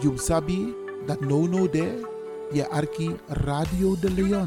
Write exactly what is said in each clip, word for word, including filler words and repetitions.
You sabi dat no no de je arki Radio de Leon.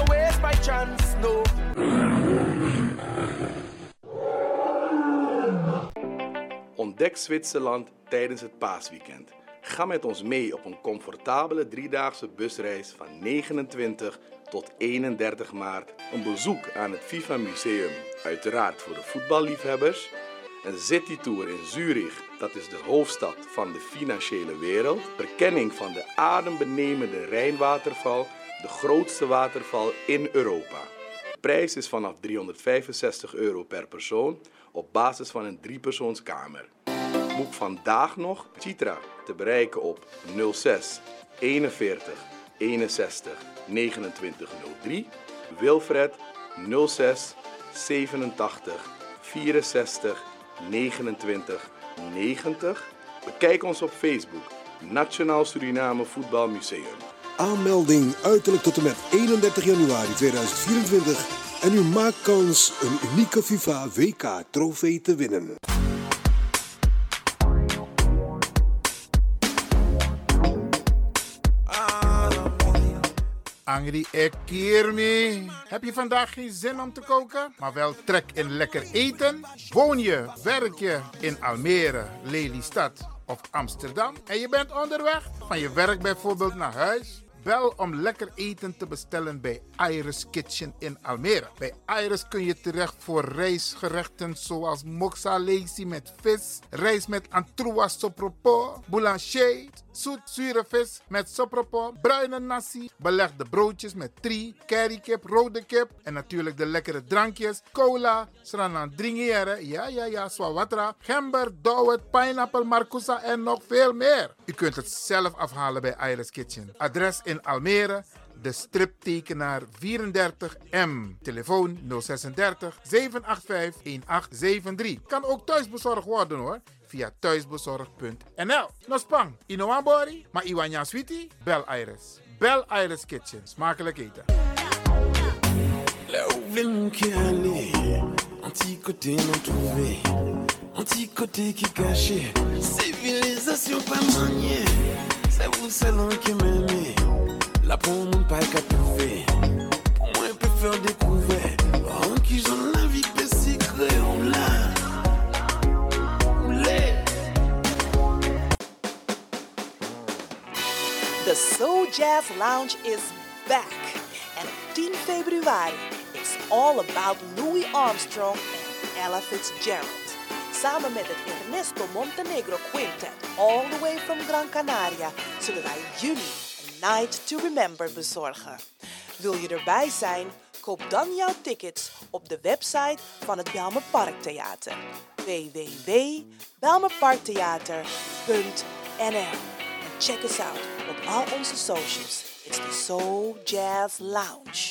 Ontdek Zwitserland tijdens het paasweekend. Ga met ons mee op een comfortabele driedaagse busreis van negenentwintig tot eenendertig maart. Een bezoek aan het FIFA Museum, uiteraard voor de voetballiefhebbers. Een citytour in Zurich, dat is de hoofdstad van de financiële wereld. Verkenning van de adembenemende Rijnwaterval, de grootste waterval in Europa. De prijs is vanaf driehonderdvijfenzestig euro per persoon op basis van een driepersoonskamer. Boek vandaag nog Chitra te bereiken op nul zes eenenveertig eenenzestig negenentwintig nul drie, Wilfred nul zes zevenentachtig vierenzestig negenentwintig negentig. Bekijk ons op Facebook, Nationaal Suriname Voetbal Museum. Aanmelding uiterlijk tot en met eenendertig januari tweeduizend vierentwintig en u maakt kans een unieke FIFA W K-trofee te winnen. Angry Ekirmi. Heb je vandaag geen zin om te koken, maar wel trek in lekker eten? Woon je, werk je in Almere, Lelystad of Amsterdam en je bent onderweg van je werk bijvoorbeeld naar huis? Bel om lekker eten te bestellen bij Iris Kitchen in Almere. Bij Iris kun je terecht voor rijstgerechten zoals moksa lazy met vis, rijst met antroas sopropo, boulanger, zoet-zure vis met sopropo, bruine nasi, belegde broodjes met tri, currykip, rode kip en natuurlijk de lekkere drankjes, cola, sranan dringiere, ja ja ja, swawatra, gember, dowet, pineapple, marcousa en nog veel meer. U kunt het zelf afhalen bij Iris Kitchen. Adres in Almere, de striptekenaar vierendertig M. Telefoon nul zesendertig zeven acht vijf een acht zeven drie. Kan ook thuisbezorgd worden hoor, via thuisbezorgd punt n l. Nospang, Inoambori, maar Iwanya Sweetie, bel Iris. Bel Iris Kitchen, smakelijk eten. Là où veut qui aller, anti-côté non trouvé, anti-côté qui caché, civilisation pas maniée, c'est vous seul qui m'aimez, là pour mon pas qu'à trouver, pour moi peut faire découvrir, en qui j'en la vie peut secret, on l'a, on l'est. The Soul Jazz Lounge is back. En op tien februari is all about Louis Armstrong en Ella Fitzgerald. Samen met het Ernesto Montenegro Quintet, all the way from Gran Canaria, zullen wij jullie een Night to Remember bezorgen. Wil je erbij zijn? Koop dan jouw tickets op de website van het Bijlmer Parktheater. w w w punt bijlmerparktheater punt n l. En check us out op al onze socials. It's the Soul Jazz Lounge.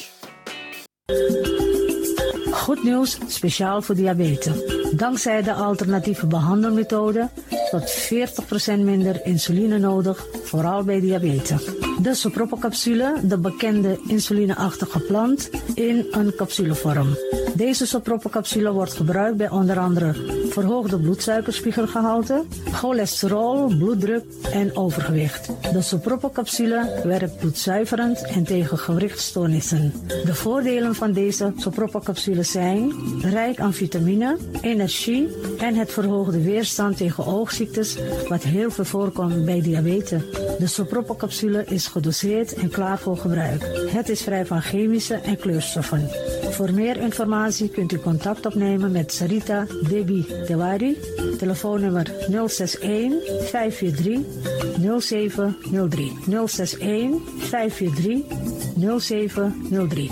Goed nieuws, speciaal voor diabetes. Dankzij de alternatieve behandelmethode tot veertig procent minder insuline nodig, vooral bij diabetes. De Sopropo-capsule, de bekende insulineachtige plant, in een capsulevorm. Deze Sopropo-capsule wordt gebruikt bij onder andere verhoogde bloedsuikerspiegelgehalte, cholesterol, bloeddruk en overgewicht. De Sopropo-capsule werkt bloedzuiverend en tegen gewrichtstoornissen. De voordelen van deze Sopropo-capsule zijn rijk aan vitamine, energie en het verhoogde weerstand tegen oogziektes, wat heel veel voorkomt bij diabetes. De Sopropo-capsule is gedoseerd en klaar voor gebruik. Het is vrij van chemische en kleurstoffen. Voor meer informatie kunt u contact opnemen met Sarita Debi Dewari. Telefoonnummer nul zes een vijf vier drie nul zeven nul drie. nul zes een vijf vier drie nul zeven nul drie.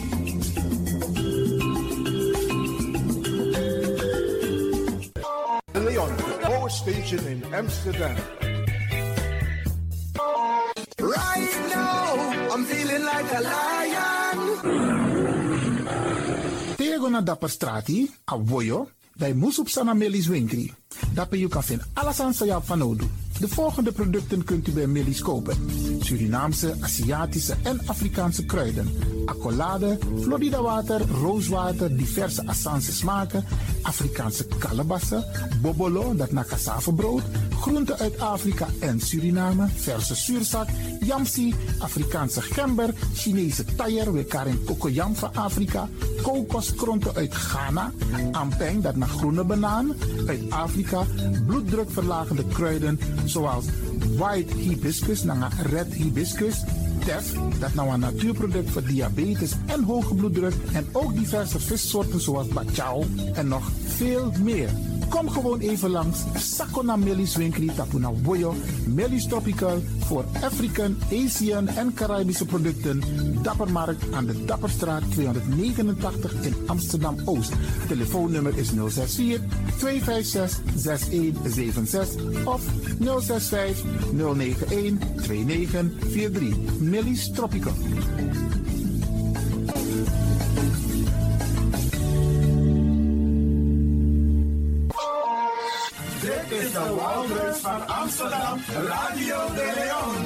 De Leon, the power station in Amsterdam. Right now, I'm feeling like a lion. Tego na dapper strati, a voyo, dai musup sana melis winkri. Dapper you kan vinden alles aan sa van nodu. De volgende producten kunt u bij Millie's kopen: Surinaamse, Aziatische en Afrikaanse kruiden, accolade, Florida water, rooswater, diverse Assange smaken, Afrikaanse kalebassen, bobolo, dat na cassavebrood, groenten uit Afrika en Suriname, verse zuurzak, yamsi, Afrikaanse gember, Chinese taier, wekarin kokoyam van Afrika, kokoskronten uit Ghana, ampeng, dat naar groene banaan, uit Afrika, bloeddrukverlagende kruiden zoals white hibiscus, naar red hibiscus, tef, dat nou een natuurproduct voor diabetes en hoge bloeddruk, en ook diverse vissoorten zoals bachao en nog veel meer. Kom gewoon even langs Sakona Melis Winkri Tapuna Boyo, Melis Tropical voor African, Asian en Caribische producten. Dappermarkt aan de Dapperstraat tweehonderdnegenentachtig in Amsterdam Oost. Telefoonnummer is nul zes vier, twee vijf zes, zes een zeven zes of nul zes vijf, nul negen een, twee negen vier drie. Melis Tropical. Dit is de Wouders van Amsterdam, Radio de Leon.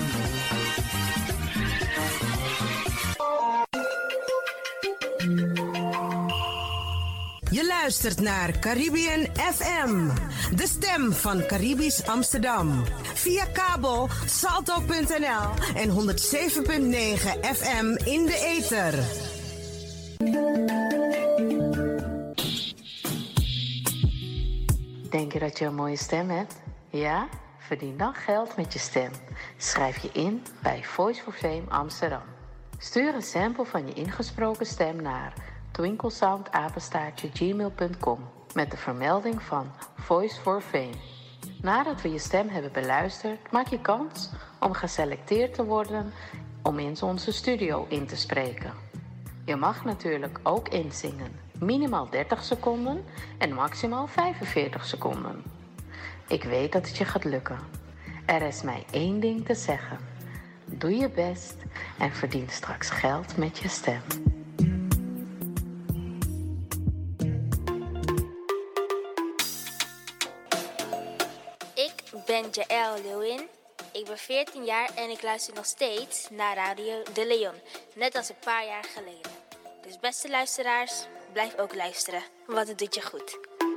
Je luistert naar Caribbean F M, de stem van Caribisch Amsterdam. Via kabel salto punt n l en honderd zeven punt negen F M in de ether. Denk je dat je een mooie stem hebt? Ja? Verdien dan geld met je stem. Schrijf je in bij Voice for Fame Amsterdam. Stuur een sample van je ingesproken stem naar twinklesound apenstaartje gmail punt com met de vermelding van Voice for Fame. Nadat we je stem hebben beluisterd, maak je kans om geselecteerd te worden om in onze studio in te spreken. Je mag natuurlijk ook inzingen. Minimaal dertig seconden en maximaal vijfenveertig seconden. Ik weet dat het je gaat lukken. Er is mij één ding te zeggen. Doe je best en verdien straks geld met je stem. Ik ben Jaël Leeuwin. Ik ben veertien jaar en ik luister nog steeds naar Radio de Leon. Net als een paar jaar geleden. Dus beste luisteraars, blijf ook luisteren, want het doet je goed.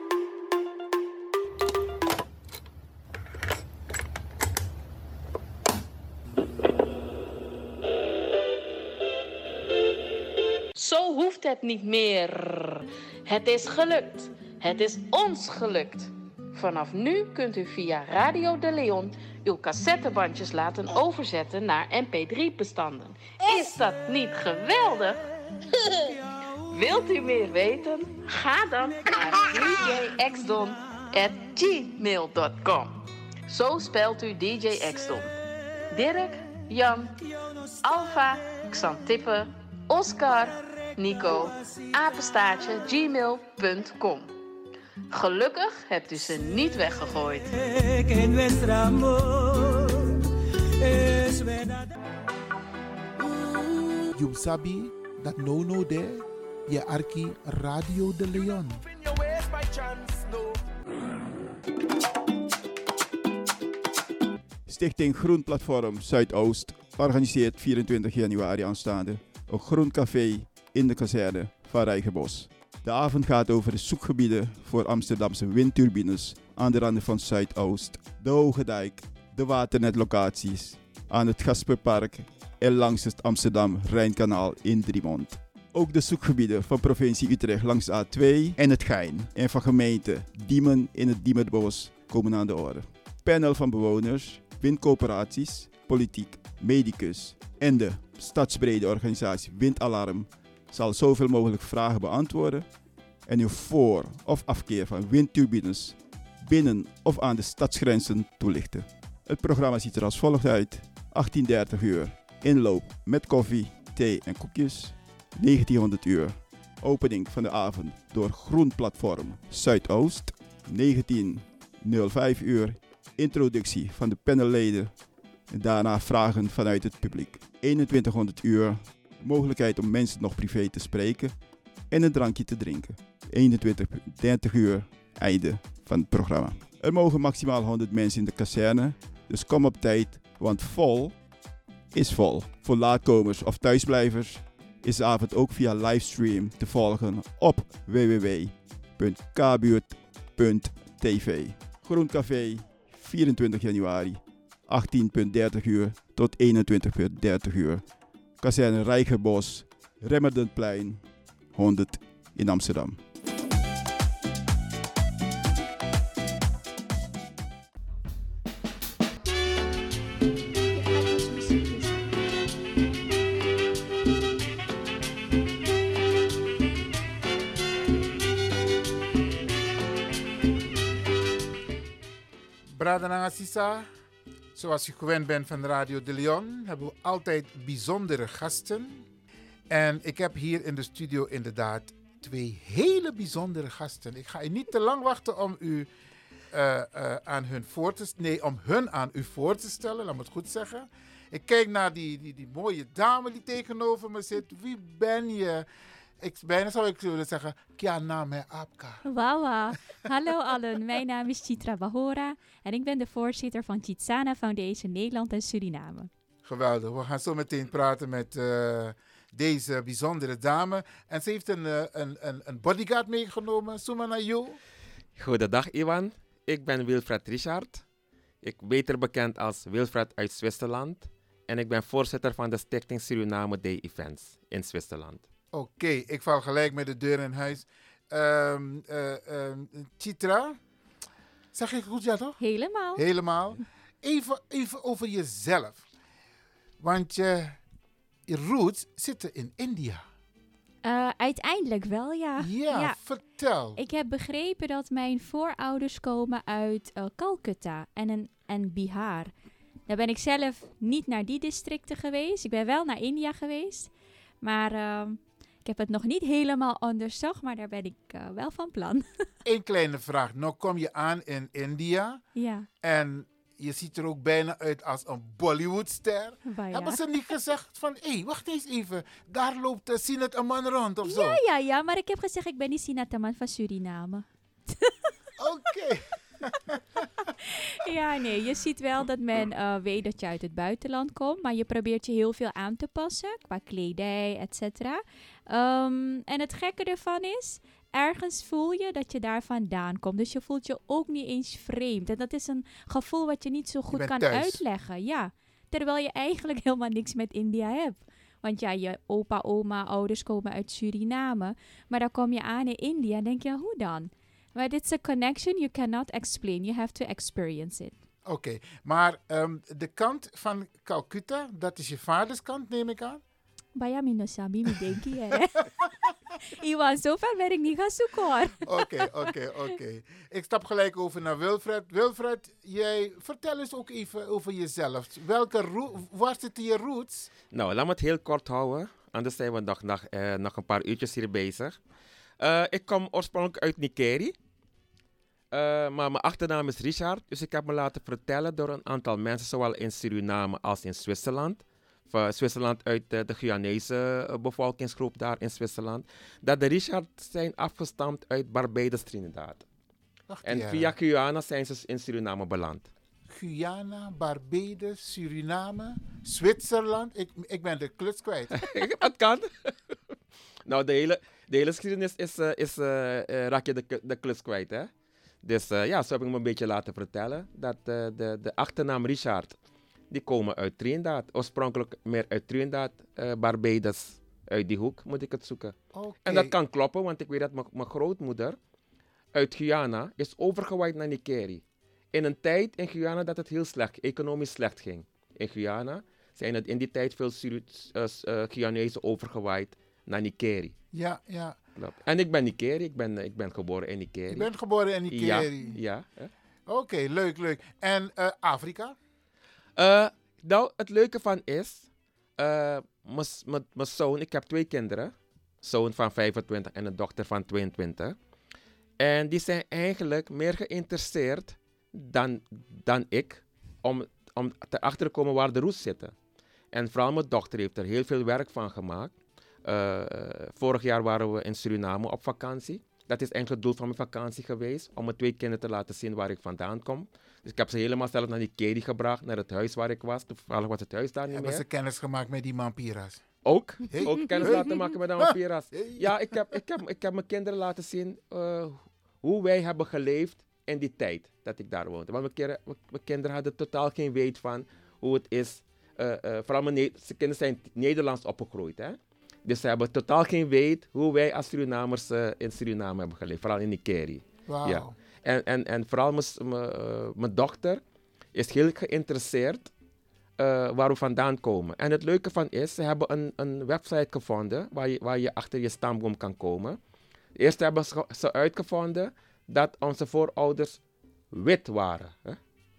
Zo hoeft het niet meer. Het is gelukt. Het is ons gelukt. Vanaf nu kunt u via Radio de Leon uw cassettebandjes laten overzetten naar M P drie bestanden. Is dat niet geweldig? Wilt u meer weten? Ga dan naar d j x don at gmail dot com. Zo spelt u D J X Don. Dirk, Jan, Alfa, Xantippe, Oscar, Nico, apenstaartje gmail punt com. Gelukkig hebt u ze niet weggegooid. You sabi dat no no de je arki Radio de Leon. Stichting Groen Platform Zuidoost organiseert vierentwintig januari aanstaande een groen café in de kazerne van Rijgenbos. De avond gaat over de zoekgebieden voor Amsterdamse windturbines aan de randen van Zuidoost, de Hoge Dijk, de waternetlocaties aan het Gasperpark en langs het Amsterdam-Rijnkanaal in Driemond. Ook de zoekgebieden van provincie Utrecht langs de A twee en het Gein en van gemeente Diemen in het Diemerbos komen aan de orde. Panel van bewoners, windcoöperaties, politiek, medicus en de stadsbrede organisatie Windalarm zal zoveel mogelijk vragen beantwoorden en uw voor- of afkeer van windturbines binnen of aan de stadsgrenzen toelichten. Het programma ziet er als volgt uit. achttien dertig uur inloop met koffie, thee en koekjes. negentienhonderd uur opening van de avond door Groen Platform Zuidoost. negentien nul vijf uur introductie van de panelleden en daarna vragen vanuit het publiek. eenentwintighonderd uur mogelijkheid om mensen nog privé te spreken en een drankje te drinken. eenentwintig dertig uur einde van het programma. Er mogen maximaal honderd mensen in de kazerne, dus kom op tijd, want vol is vol. Voor laatkomers of thuisblijvers is de avond ook via livestream te volgen op w w w punt k buurt punt t v. Groen Café, vierentwintig januari, achttien uur dertig uur tot eenentwintig uur dertig uur. Kazerne Rijgenbos, Remmerdenplein, honderd in Amsterdam. Brada Sisa, zoals u gewend bent van Radio de Leon, hebben we altijd bijzondere gasten. En ik heb hier in de studio inderdaad twee hele bijzondere gasten. Ik ga u niet te lang wachten om u uh, uh, aan hun voor te nee, om hun aan u voor te stellen, laat me het goed zeggen. Ik kijk naar die, die, die mooie dame die tegenover me zit. Wie ben je? Ik, bijna zou ik willen zeggen, Kya name apka. Wawa. Hallo allen, mijn naam is Chitra Bahora en ik ben de voorzitter van Chitsana Foundation Nederland en Suriname. Geweldig, we gaan zo meteen praten met uh, deze bijzondere dame. En ze heeft een, uh, een, een, een bodyguard meegenomen, Sumana Yu. Goedendag Iwan, ik ben Wilfred Richard. Ik ben beter bekend als Wilfred uit Zwitserland. En ik ben voorzitter van de Stichting Suriname Day Events in Zwitserland. Oké, okay, ik val gelijk met de deur in huis. Um, uh, um, Chitra, zeg ik goed ja toch? Helemaal. Helemaal. Even, even over jezelf. Want je roots zitten in India. Uh, uiteindelijk wel, ja. ja. Ja, vertel. Ik heb begrepen dat mijn voorouders komen uit uh, Calcutta en, een, en Bihar. Daar ben ik zelf niet naar die districten geweest. Ik ben wel naar India geweest. Maar uh, ik heb het nog niet helemaal onderzocht, maar daar ben ik uh, wel van plan. Eén kleine vraag. Nou kom je aan in India. Ja. En je ziet er ook bijna uit als een Bollywoodster. Ja. Hebben ze niet gezegd van, hé, hey, wacht eens even. Daar loopt uh, Sinat een man rond of zo? Ja, ja, ja. Maar ik heb gezegd, ik ben niet Sinat een man van Suriname. Oké. Okay. Ja, nee, je ziet wel dat men uh, weet dat je uit het buitenland komt, maar je probeert je heel veel aan te passen qua kledij, et cetera. Um, en het gekke ervan is, ergens voel je dat je daar vandaan komt. Dus je voelt je ook niet eens vreemd. En dat is een gevoel wat je niet zo goed kan thuis. uitleggen. Ja, terwijl je eigenlijk helemaal niks met India hebt. Want ja, je opa, oma, ouders komen uit Suriname. Maar dan kom je aan in India en denk je, hoe dan? But it's a connection you cannot explain. You have to experience it. Oké, okay, maar um, de kant van Calcutta, dat is je vaders kant, neem ik aan? Baya no sabi mi denki hè. Iwan, zover ben ik niet gaan zoeken hoor. Oké, oké, oké. Ik stap gelijk over naar Wilfred. Wilfred, jij vertel eens ook even over jezelf. Welke ro- waar zitten je roots? Nou, laat me het heel kort houden. Anders zijn we nog, nog, uh, nog een paar uurtjes hier bezig. Uh, ik kom oorspronkelijk uit Nikeri. Uh, maar mijn achternaam is Richard. Dus ik heb me laten vertellen door een aantal mensen, zowel in Suriname als in Zwitserland. Van Zwitserland uit uh, de Guyanese uh, bevolkingsgroep daar in Zwitserland. Dat de Richard zijn afgestamd uit Barbados, Trinidad. Wacht, en ja. via Guyana zijn ze in Suriname beland. Guyana, Barbados, Suriname, Zwitserland. Ik, ik ben de kluts kwijt. Het kan. Nou, de hele, de hele geschiedenis is, uh, is uh, uh, raak je de, de klus kwijt, hè. Dus uh, ja, zo heb ik me een beetje laten vertellen. Dat uh, de, de achternaam Richard, die komen uit Trinidad. Oorspronkelijk meer uit Trinidad, uh, Barbados, uit die hoek moet ik het zoeken. Okay. En dat kan kloppen, want ik weet dat mijn grootmoeder uit Guyana is overgewaaid naar Nikeri. In een tijd in Guyana dat het heel slecht, economisch slecht ging. In Guyana zijn het in die tijd veel Suru- uh, uh, Guyanezen overgewaaid naar Nikeri. Ja, ja. Klopt. En ik ben Nikeri, ik ben, ik ben geboren in Nikeri. Je bent geboren in Nikeri? Ja. ja Oké, okay, leuk, leuk. En uh, Afrika? Uh, nou, het leuke van is, uh, mijn zoon, ik heb twee kinderen. Zoon van vijfentwintig en een dochter van tweeëntwintig. En die zijn eigenlijk meer geïnteresseerd dan, dan ik om, om erachter te komen waar de roots zitten. En vooral mijn dochter heeft er heel veel werk van gemaakt. Uh, vorig jaar waren we in Suriname op vakantie. Dat is eigenlijk het doel van mijn vakantie geweest. Om mijn twee kinderen te laten zien waar ik vandaan kom. Dus ik heb ze helemaal zelf naar Nikeri gebracht. Naar het huis waar ik was. Toevallig was het huis daar niet Hebben meer. Hebben ze kennis gemaakt met die Mampiras? Ook. Hey. Ook kennis hey. laten maken met de Mampiras. Hey. Ja, ik heb, ik, heb, ik heb mijn kinderen laten zien uh, hoe wij hebben geleefd in die tijd dat ik daar woonde. Want mijn, keren, mijn kinderen hadden totaal geen weet van hoe het is. Uh, uh, vooral mijn ne- kinderen zijn Nederlands opgegroeid. Hè? Dus ze hebben totaal geen weet hoe wij als Surinamers uh, in Suriname hebben geleefd. Vooral in Nikeri. Wow. Ja. En, en, en vooral mijn uh, dochter is heel geïnteresseerd uh, waar we vandaan komen. En het leuke van is, ze hebben een, een website gevonden waar je, waar je achter je stamboom kan komen. Eerst hebben ze, ze uitgevonden dat onze voorouders wit waren. Hè?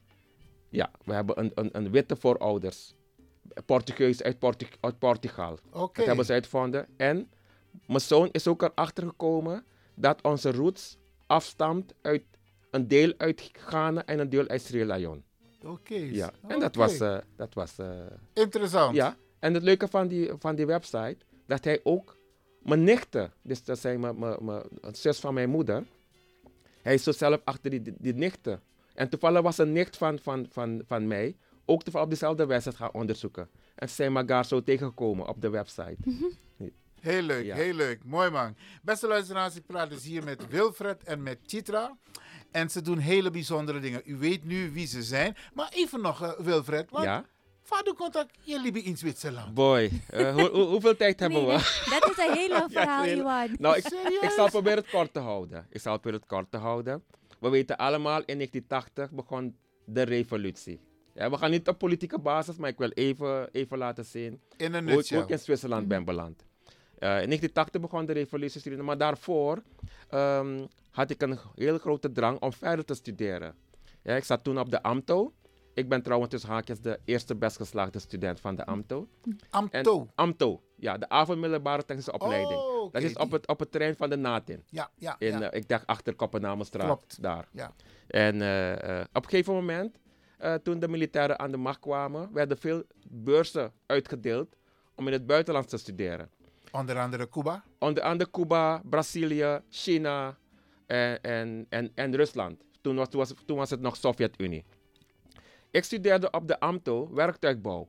Ja, we hebben een, een, een witte voorouders. Portugees uit, Portu- uit Portugal. Okay. Dat hebben ze uitgevonden. En mijn zoon is ook erachter gekomen dat onze roots afstamt uit een deel uit Ghana en een deel uit Sierra Leone. Oké. Okay. Ja, en okay. dat was... Uh, dat was uh, Interessant. Ja, en het leuke van die, van die website, dat hij ook mijn nichten, dus dat zijn mijn, mijn, mijn zus van mijn moeder, hij is zo zelf achter die, die, die nichten. En toevallig was een nicht van, van, van, van mij ook toevallig op dezelfde website gaan onderzoeken. En ze zijn elkaar zo tegengekomen op de website. Heel leuk, Ja. heel leuk. Mooi man. Beste luisteraars, ik praat dus hier met Wilfred en met Chitra. En ze doen hele bijzondere dingen. U weet nu wie ze zijn. Maar even nog, uh, Wilfred. Want Ja? vader contact, je liep in Zwitserland. Boy, uh, hoe, hoe, hoeveel tijd hebben Nee, we? dat, dat is een hele verhaal, heel- Iwan. Nou, ik, Serieus? ik zal proberen het kort te houden. Ik zal proberen het kort te houden. We weten allemaal, in negentien tachtig begon de revolutie. Ja, we gaan niet op politieke basis, maar ik wil even, even laten zien In een hoe, ik- nutshell. hoe ik in Zwitserland ben beland. Uh, in negentien tachtig begon de revolutie studeren, maar daarvoor um, had ik een heel grote drang om verder te studeren. Ja, ik zat toen op de A M T O. Ik ben trouwens tussen haakjes de eerste best geslaagde student van de A M T O. A M T O? En A M T O, ja, de avondmiddelbare technische opleiding. Oh, oké, Dat is op die- het, op het terrein van de Natin. Ja, ja, In, ja. uh, ik dacht achter Koppenhamerstraat, Klopt. daar. Ja. En uh, uh, op een gegeven moment, uh, toen de militairen aan de macht kwamen, werden veel beurzen uitgedeeld om in het buitenland te studeren. Onder andere Cuba. Onder andere Cuba, Brazilië, China en, en, en, en Rusland. Toen was, toen, was, toen was het nog Sovjet-Unie. Ik studeerde op de A M T O werktuigbouw.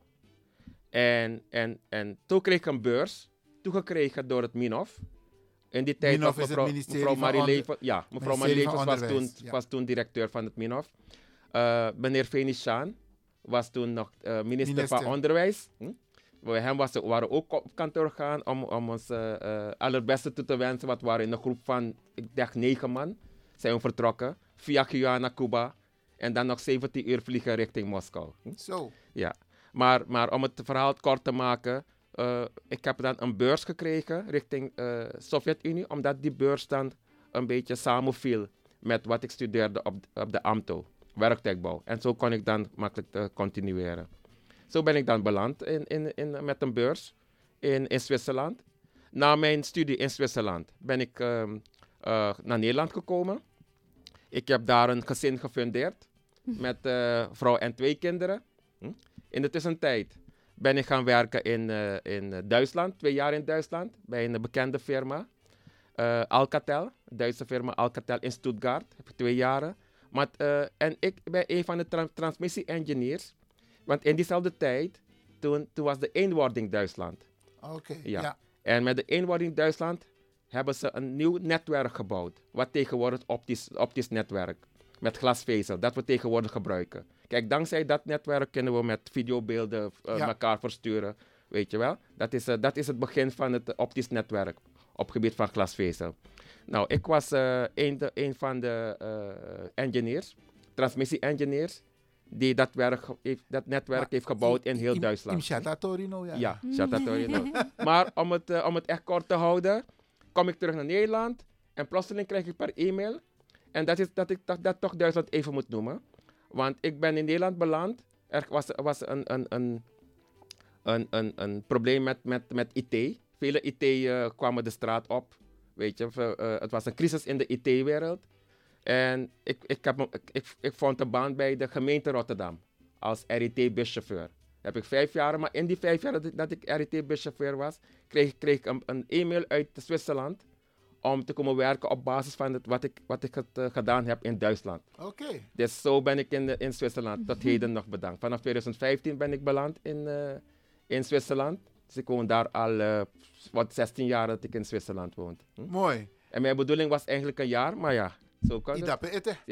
En, en, en toen kreeg ik een beurs, toegekregen door het Minhof. In die tijd Minhof was is het mevrouw, ministerie mevrouw van Marie Onder- Levens, ja, mevrouw ministerie Marie van Levens was toen, Onderwijs, ja. was toen directeur van het Minhof. Uh, meneer Venetiaan was toen nog uh, minister, Minister. van Onderwijs. Hm? We hem was, waren ook op kantoor gegaan om, om ons uh, uh, allerbeste toe te wensen. Want we waren in een groep van, ik dacht negen man, zijn we vertrokken. Via Guyana, Cuba. En dan nog zeventien uur vliegen richting Moskou. Hm? Zo. Ja, maar, maar om het verhaal kort te maken. Uh, ik heb dan een beurs gekregen richting uh, Sovjet-Unie. Omdat die beurs dan een beetje samenviel met wat ik studeerde op, op de A M T O. Werktuigbouw. En zo kon ik dan makkelijk uh, continueren. Zo ben ik dan beland in, in, in, met een beurs in, in Zwitserland. Na mijn studie in Zwitserland ben ik um, uh, naar Nederland gekomen. Ik heb daar een gezin gefundeerd met uh, vrouw en twee kinderen. Hm? In de tussentijd ben ik gaan werken in, uh, in Duitsland, twee jaar in Duitsland, bij een bekende firma. Uh, Alcatel, een Duitse firma Alcatel in Stuttgart, heb ik twee jaren. Maar, uh, en ik ben een van de tra- transmissie-engineers. Want in diezelfde tijd, toen, toen was de eenwording Duitsland. Oké, Ja. ja. En met de eenwording Duitsland hebben ze een nieuw netwerk gebouwd. Wat tegenwoordig optisch, optisch netwerk. Met glasvezel, dat we tegenwoordig gebruiken. Kijk, dankzij dat netwerk kunnen we met videobeelden uh, Ja. elkaar versturen. Weet je wel? Dat is, uh, dat is het begin van het uh, optisch netwerk. Op gebied van glasvezel. Nou, ik was uh, een, de, een van de uh, engineers, transmissie-engineers, die dat, werk, heeft, dat netwerk Maar heeft gebouwd in heel in- Duitsland. In Chata Torino, ja. Ja, Chata Torino. Maar om het, uh, om het echt kort te houden, kom ik terug naar Nederland en plotseling krijg ik per e-mail. En dat is dat ik dat, dat toch Duitsland even moet noemen. Want ik ben in Nederland beland. Er was, was een, een, een, een, een, een probleem met, met, met I T. Vele I T uh, kwamen de straat op. Weet je, uh, het was een crisis in de I T-wereld. En ik, ik, heb, ik, ik, ik vond een baan bij de gemeente Rotterdam als R I T-buschauffeur. Dat heb ik vijf jaar, maar in die vijf jaar dat ik, dat ik R I T-buschauffeur was, kreeg, kreeg ik een, een e-mail uit Zwitserland om te komen werken op basis van het, wat ik, wat ik het, uh, gedaan heb in Duitsland. Oké. Dus zo ben ik in, in Zwitserland tot heden nog bedankt. Vanaf twintig vijftien ben ik beland in, uh, in Zwitserland. Dus ik woon daar al uh, wat zestien jaar dat ik in Zwitserland woon. Hm? Mooi. En mijn bedoeling was eigenlijk een jaar, maar ja, zo kan het. Idappe ete. Ja.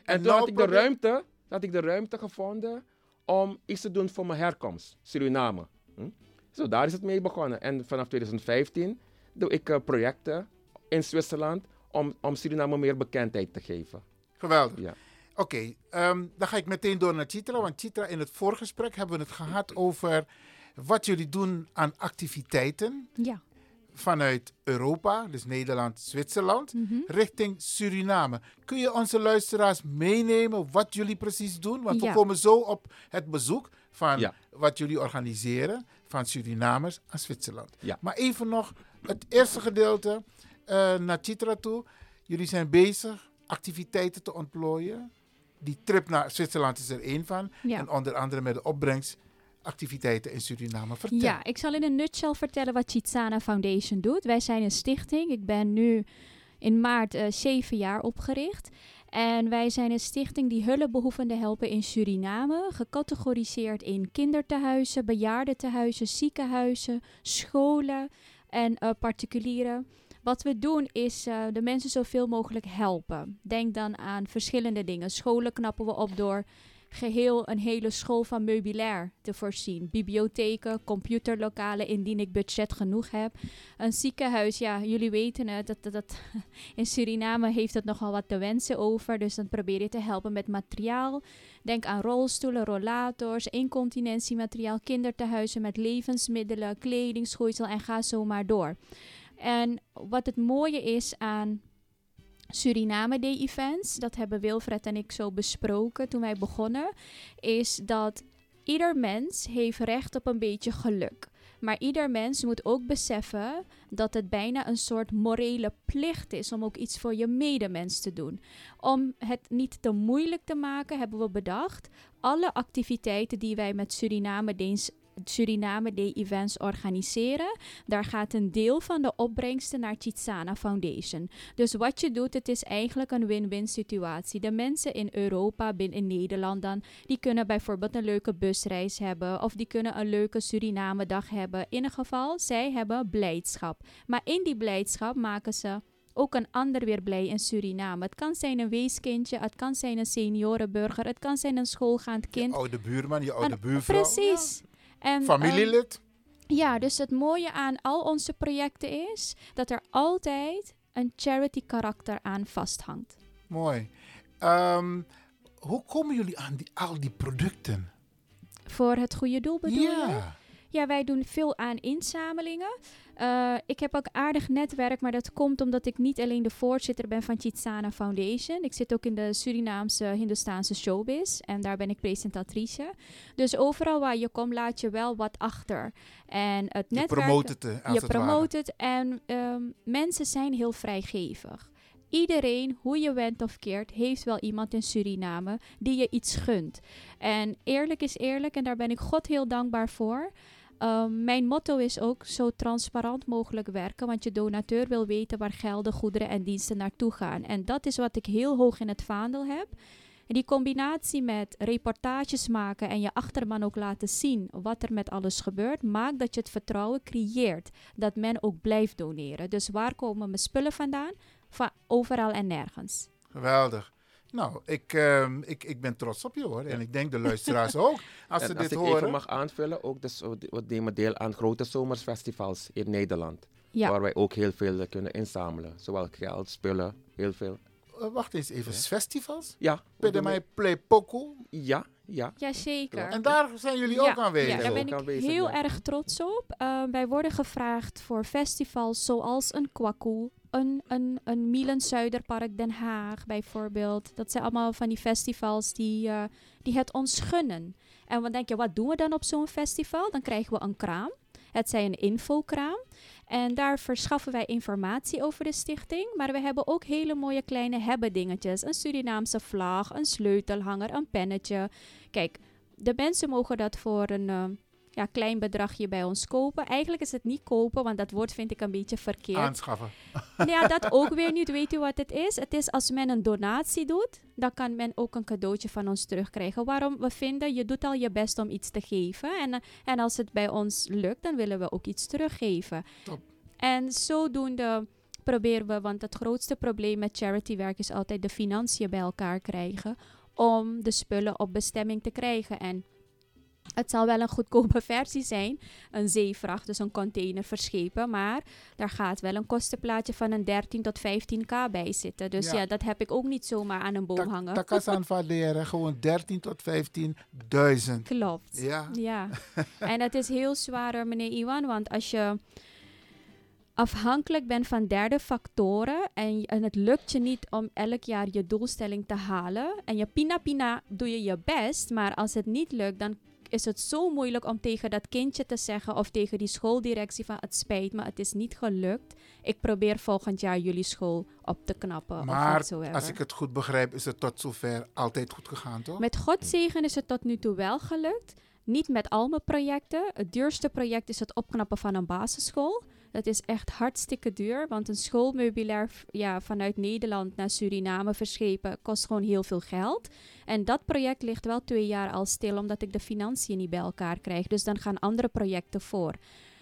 En, En toen nou had ik, de probeer- ruimte, had ik de ruimte gevonden om iets te doen voor mijn herkomst, Suriname. Hm? Zo, daar is het mee begonnen. En vanaf twintig vijftien doe ik uh, projecten in Zwitserland om, om Suriname meer bekendheid te geven. Geweldig. Ja. Oké, okay, um, dan ga ik meteen door naar Chitra. Want Chitra, in het voorgesprek hebben we het gehad over wat jullie doen aan activiteiten. Ja. Vanuit Europa, dus Nederland, Zwitserland, Mm-hmm. richting Suriname. Kun je onze luisteraars meenemen wat jullie precies doen? Want Ja. we komen zo op het bezoek van Ja. wat jullie organiseren van Surinamers aan Zwitserland. Ja. Maar even nog het eerste gedeelte uh, naar Chitra toe. Jullie zijn bezig activiteiten te ontplooien. Die trip naar Zwitserland is er één van. Ja. En onder andere met de opbrengst activiteiten in Suriname. Vertel. Ja, ik zal in een nutshell vertellen wat Chitsana Foundation doet. Wij zijn een stichting. Ik ben nu in maart uh, zeven jaar opgericht. En wij zijn een stichting die hulpbehoevenden helpen in Suriname. Gecategoriseerd in kindertehuizen, bejaardentehuizen, ziekenhuizen, scholen en uh, particulieren. Wat we doen is uh, de mensen zoveel mogelijk helpen. Denk dan aan verschillende dingen. Scholen knappen we op door geheel een hele school van meubilair te voorzien. Bibliotheken, computerlokalen, indien ik budget genoeg heb. Een ziekenhuis, ja, jullie weten het. Dat, dat, dat, in Suriname heeft het nogal wat te wensen over. Dus dan probeer je te helpen met materiaal. Denk aan rolstoelen, rollators, incontinentiemateriaal, kindertehuizen met levensmiddelen, kleding, schoeisel en ga zo maar door. En wat het mooie is aan Suriname Day Events, dat hebben Wilfred en ik zo besproken toen wij begonnen, is dat ieder mens heeft recht op een beetje geluk. Maar ieder mens moet ook beseffen dat het bijna een soort morele plicht is om ook iets voor je medemens te doen. Om het niet te moeilijk te maken, hebben we bedacht, alle activiteiten die wij met Suriname Days Suriname Day Events organiseren. Daar gaat een deel van de opbrengsten naar Chitsana Foundation. Dus wat je doet, het is eigenlijk een win-win situatie. De mensen in Europa, binnen Nederland dan, die kunnen bijvoorbeeld een leuke busreis hebben of die kunnen een leuke Suriname dag hebben. In ieder geval, zij hebben blijdschap. Maar in die blijdschap maken ze ook een ander weer blij in Suriname. Het kan zijn een weeskindje, het kan zijn een seniorenburger, het kan zijn een schoolgaand kind. Je oude buurman, je oude En, buurvrouw. precies. Ja. En, familielid? Um, ja, dus het mooie aan al onze projecten is dat er altijd een charity karakter aan vasthangt. Mooi. Um, hoe komen jullie aan die, al die producten? Voor het goede doel bedoel ja. je? Ja, wij doen veel aan inzamelingen. Uh, ik heb ook aardig netwerk, maar dat komt omdat ik niet alleen de voorzitter ben van Chitsana Foundation. Ik zit ook in de Surinaamse Hindoestaanse showbiz en daar ben ik presentatrice. Dus overal waar je komt, laat je wel wat achter. En het je netwerk, promoot het, uh, als je het promoot het en um, mensen zijn heel vrijgevig. Iedereen, hoe je went of keert, heeft wel iemand in Suriname die je iets gunt. En eerlijk is eerlijk en daar ben ik God heel dankbaar voor. Um, mijn motto is ook zo transparant mogelijk werken, want je donateur wil weten waar gelden, goederen en diensten naartoe gaan. En dat is wat ik heel hoog in het vaandel heb. En die combinatie met reportages maken en je achterban ook laten zien wat er met alles gebeurt, maakt dat je het vertrouwen creëert dat men ook blijft doneren. Dus waar komen mijn spullen vandaan? Van overal en nergens. Geweldig. Nou, ik, uh, ik, ik ben trots op je hoor. En ik denk de luisteraars ook. Als en ze als dit ik horen. even mag aanvullen, ook dus, we nemen deel aan grote zomersfestivals in Nederland. Ja. Waar wij ook heel veel kunnen inzamelen. Zowel geld, spullen, heel veel. Uh, wacht eens even, ja. Festivals? Ja. Bij mij Play Poco? Ja, ja. Jazeker. En daar zijn jullie ja, ook aanwezig? Ja, daar ben ik aanwezig, heel ja. erg trots op. Uh, wij worden gevraagd voor festivals zoals een Kwaku, een, een, een Mielen Zuiderpark Den Haag bijvoorbeeld. Dat zijn allemaal van die festivals die, uh, die het ons gunnen. En dan denk je, wat doen we dan op zo'n festival? Dan krijgen we een kraam. Het zij een infokraam. En daar verschaffen wij informatie over de stichting. Maar we hebben ook hele mooie kleine hebben dingetjes. Een Surinaamse vlag, een sleutelhanger, een pennetje. Kijk, de mensen mogen dat voor een uh, ja, klein bedragje bij ons kopen. Eigenlijk is het niet kopen, want dat woord vind ik een beetje verkeerd. Aanschaffen. Ja, dat ook weer niet. Weet u wat het is? Het is als men een donatie doet, dan kan men ook een cadeautje van ons terugkrijgen. Waarom? We vinden, je doet al je best om iets te geven. En, uh, en als het bij ons lukt, dan willen we ook iets teruggeven. Top. En zodoende proberen we, want het grootste probleem met charitywerk is altijd de financiën bij elkaar krijgen om de spullen op bestemming te krijgen. En het zal wel een goedkope versie zijn, een zeevracht, dus een container verschepen, maar daar gaat wel een kostenplaatje van een dertien tot vijftien k bij zitten. Dus ja, Ja. ja dat heb ik ook niet zomaar aan een boom hangen. Takasan van leren, gewoon dertien tot vijftienduizend. Klopt. Ja. ja. En het is heel zwaar, meneer Iwan, want als je afhankelijk bent van derde factoren en, je- en het lukt je niet om elk jaar je doelstelling te halen en je pina pina doe je je best, maar als het niet lukt, dan is het zo moeilijk om tegen dat kindje te zeggen of tegen die schooldirectie van het spijt me, het is niet gelukt. Ik probeer volgend jaar jullie school op te knappen of Maar whatsoever. als ik het goed begrijp, is het tot zover altijd goed gegaan, toch? Met Gods zegen is het tot nu toe wel gelukt. Niet met al mijn projecten. Het duurste project is het opknappen van een basisschool. Dat is echt hartstikke duur, want een schoolmeubilair f- ja, vanuit Nederland naar Suriname verschepen kost gewoon heel veel geld. En dat project ligt wel twee jaar al stil, omdat ik de financiën niet bij elkaar krijg. Dus dan gaan andere projecten voor.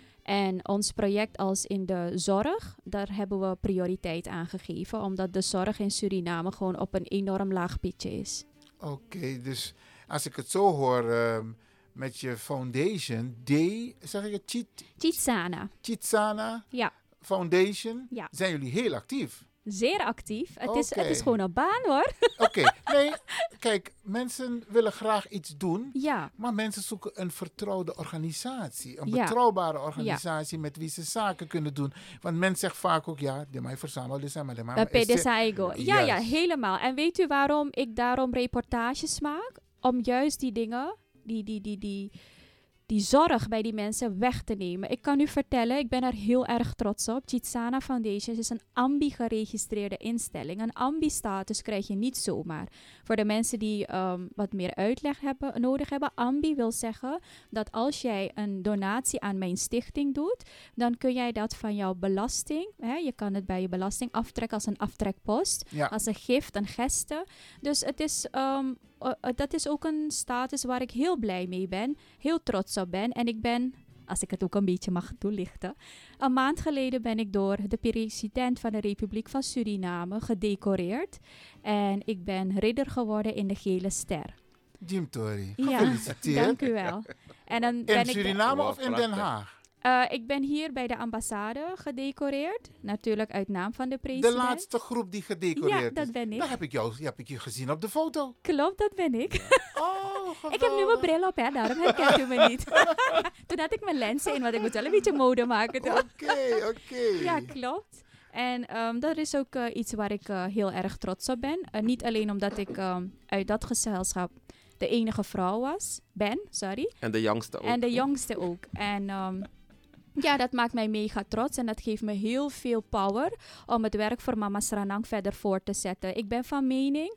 En ons project als in de zorg, daar hebben we prioriteit aan gegeven, omdat de zorg in Suriname gewoon op een enorm laag pitje is. Oké, dus als ik het zo hoor, ehm, met je foundation, D, zeg ik het, Chit, Chitsana. Chitsana Ja. Foundation, Ja. zijn jullie heel actief. Zeer actief. Het, is, Oké. het is gewoon een baan hoor. Oké, nee, kijk, mensen willen graag iets doen, Ja. maar mensen zoeken een vertrouwde organisatie. Een Ja. betrouwbare organisatie met wie ze zaken kunnen doen. Want men zegt vaak ook, ja, de mij verzamelen is maar de mij. Bij P D Saigo. Ja, ja, Juist. helemaal. En weet u waarom ik daarom reportages maak? Om juist die dingen, die, die, die, die, die zorg bij die mensen weg te nemen. Ik kan u vertellen, ik ben er heel erg trots op. Chitsana Foundation is een A M B I-geregistreerde instelling. Een A M B I-status krijg je niet zomaar. Voor de mensen die ehm, wat meer uitleg hebben, nodig hebben. A M B I wil zeggen dat als jij een donatie aan mijn stichting doet, dan kun jij dat van jouw belasting, hè, je kan het bij je belasting aftrekken als een aftrekpost, Ja. als een gift, een geste. Dus het is, ehm, uh, uh, dat is ook een status waar ik heel blij mee ben, heel trots op ben. En ik ben, als ik het ook een beetje mag toelichten, een maand geleden ben ik door de president van de Republiek van Suriname gedecoreerd. En ik ben ridder geworden in de Gele Ster. Jim Tori, Ja, gefeliciteerd. dank u wel. En dan ben In ik de- Suriname of in Den Haag? Uh, ik ben hier bij de ambassade gedecoreerd. Natuurlijk uit naam van de president. De laatste groep die gedecoreerd Ja, dat is. ben ik. Daar heb ik, jou, die heb ik je gezien op de foto. Klopt, dat ben ik. Oh, ik heb nu mijn bril op, hè, daarom herkent u me niet. Toen had ik mijn lenzen in, want ik moet wel een beetje mode maken. Oké, okay, oké. Okay. Ja, klopt. En um, dat is ook uh, iets waar ik uh, heel erg trots op ben. Uh, niet alleen omdat ik um, uit dat gezelschap de enige vrouw was, ben, sorry. En de jongste ook. En de jongste ook. En um, ja, dat maakt mij mega trots en dat geeft me heel veel power om het werk voor Mama Sranang verder voor te zetten. Ik ben van mening,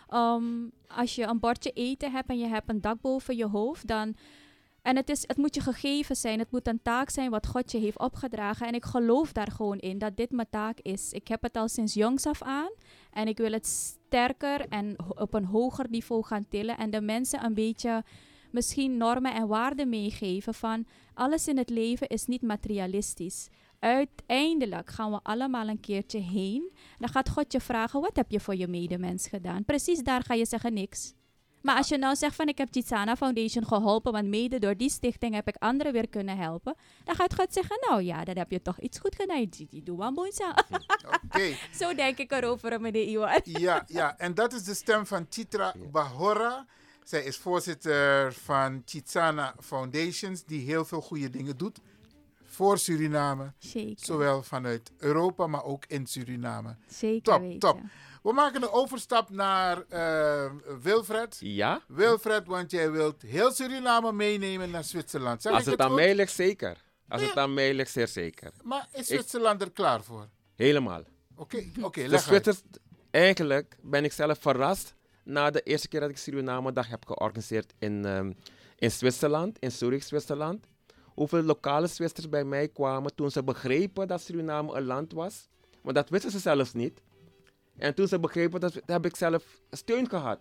um, als je een bordje eten hebt en je hebt een dak boven je hoofd, dan... En het, is, het moet je gegeven zijn, het moet een taak zijn wat God je heeft opgedragen. En ik geloof daar gewoon in, dat dit mijn taak is. Ik heb het al sinds jongs af aan en ik wil het sterker en op een hoger niveau gaan tillen. En de mensen een beetje misschien normen en waarden meegeven van alles in het leven is niet materialistisch. Uiteindelijk gaan we allemaal een keertje heen. Dan gaat God je vragen, wat heb je voor je medemens gedaan? Precies daar ga je zeggen niks. Maar als je nou zegt van ik heb Chitsana Foundation geholpen, want mede door die stichting heb ik anderen weer kunnen helpen. Dan gaat God zeggen, nou ja, dan heb je toch iets goed gedaan. Doe maar boonsa. Oké. Zo denk ik erover, meneer Iwan. Ja, ja, en dat is de stem van Chitra Bahora. Zij is voorzitter van Chitsana Foundations, die heel veel goede dingen doet voor Suriname. Zeker. Zowel vanuit Europa, maar ook in Suriname. Zeker top, weten. top. We maken een overstap naar uh, Wilfred. Ja? Wilfred, want jij wilt heel Suriname meenemen naar Zwitserland. Zeg Als ik het het aan goed? mij ligt, zeker. Als Ja. het aan mij ligt, zeer zeker. Maar is Ik- Zwitserland er klaar voor? Helemaal. Oké, oké, De leg uit. Zwitsers, eigenlijk ben ik zelf verrast na de eerste keer dat ik Suriname dag heb georganiseerd in, um, in Zwitserland, in Zurich, Zwitserland. Hoeveel lokale Zwitsers bij mij kwamen toen ze begrepen dat Suriname een land was. Maar dat wisten ze zelfs niet. En toen ze begrepen dat, heb ik zelf steun gehad.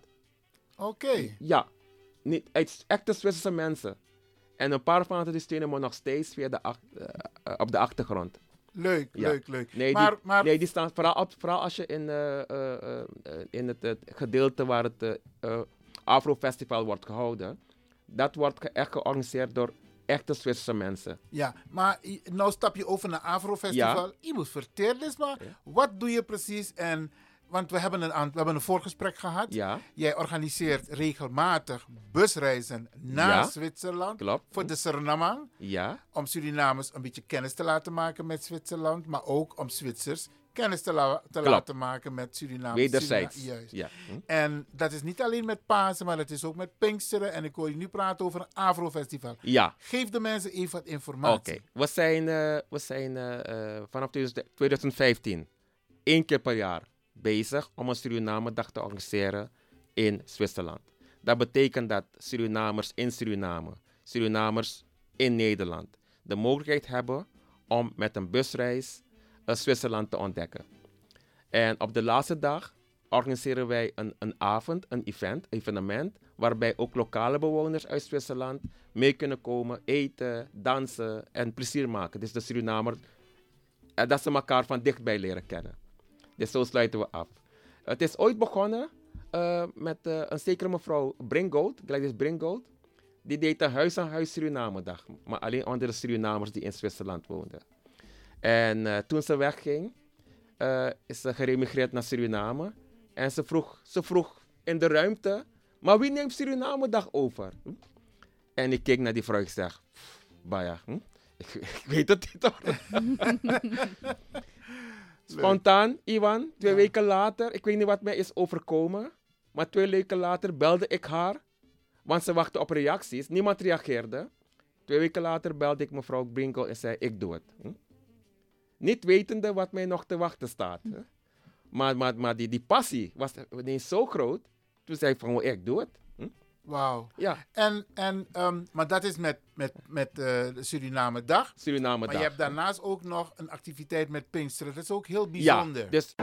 Oké. Ja, niet, uit echte Zwitserse mensen. En een paar van hen die steunen me nog steeds via de ach- uh, uh, op de achtergrond. Leuk, Ja. leuk, leuk. Nee, maar, die, maar nee, die staan vooral, op- vooral als je in, eh, eh, eh, eh, in het, het gedeelte waar het eh, eh, Afro-festival wordt gehouden, dat wordt ge- echt georganiseerd door echte Zwitserse mensen. Ja, maar i- nou stap je over naar Afro-festival. Ja. Je moet vertellen eens maar, wat doe je precies? En, want we hebben een, aan- we hebben een voorgesprek gehad. Ja. Jij organiseert regelmatig busreizen naar Ja. Zwitserland. Klopt. Voor de Surinamang. Ja. Om Surinamers een beetje kennis te laten maken met Zwitserland. Maar ook om Zwitsers kennis te, la- te Klopt. laten maken met Suriname. Wederzijds. Surina- Juist. Ja. Hm. En dat is niet alleen met Pasen, maar het is ook met Pinksteren. En ik hoor je nu praten over een Afro-festival. Ja. Geef de mensen even wat informatie. Oké, we zijn, eh, we zijn eh, eh, vanaf twintig vijftien één keer per jaar bezig om een Suriname-dag te organiseren in Zwitserland. Dat betekent dat Surinamers in Suriname, Surinamers in Nederland, de mogelijkheid hebben om met een busreis uh, Zwitserland te ontdekken. En op de laatste dag organiseren wij een, een avond, een event, evenement, waarbij ook lokale bewoners uit Zwitserland mee kunnen komen, eten, dansen en plezier maken. Dus de Surinamer, eh, dat ze elkaar van dichtbij leren kennen. Dus zo sluiten we af. Het is ooit begonnen uh, met uh, een zekere mevrouw Bringold, Gladys Bringold. Die deed een huis-aan-huis Suriname-dag, maar alleen onder de Surinamers die in Zwitserland woonden. En uh, toen ze wegging, uh, is ze geremigreerd naar Suriname. En ze vroeg, ze vroeg in de ruimte, maar wie neemt Suriname-dag over? Hm? En ik keek naar die vrouw en ik zeg, Baya, hm? ik, ik weet het niet hoor. Spontaan, Iwan, twee ja. weken later, ik weet niet wat mij is overkomen, maar twee weken later belde ik haar, want ze wachtte op reacties. Niemand reageerde. Twee weken later belde ik mevrouw Brinkel en zei, ik doe het. Hm? Niet wetende wat mij nog te wachten staat. Hm? Maar, maar, maar die, die passie was ineens zo groot, toen zei ik van, oh, ik doe het. Hm? Wauw. Ja. En, en, um, maar dat is met, met, met uh, de Suriname-dag. Suriname-dag. Maar je hebt daarnaast ook nog een activiteit met Pinksteren. Dat is ook heel bijzonder. Ja, dus...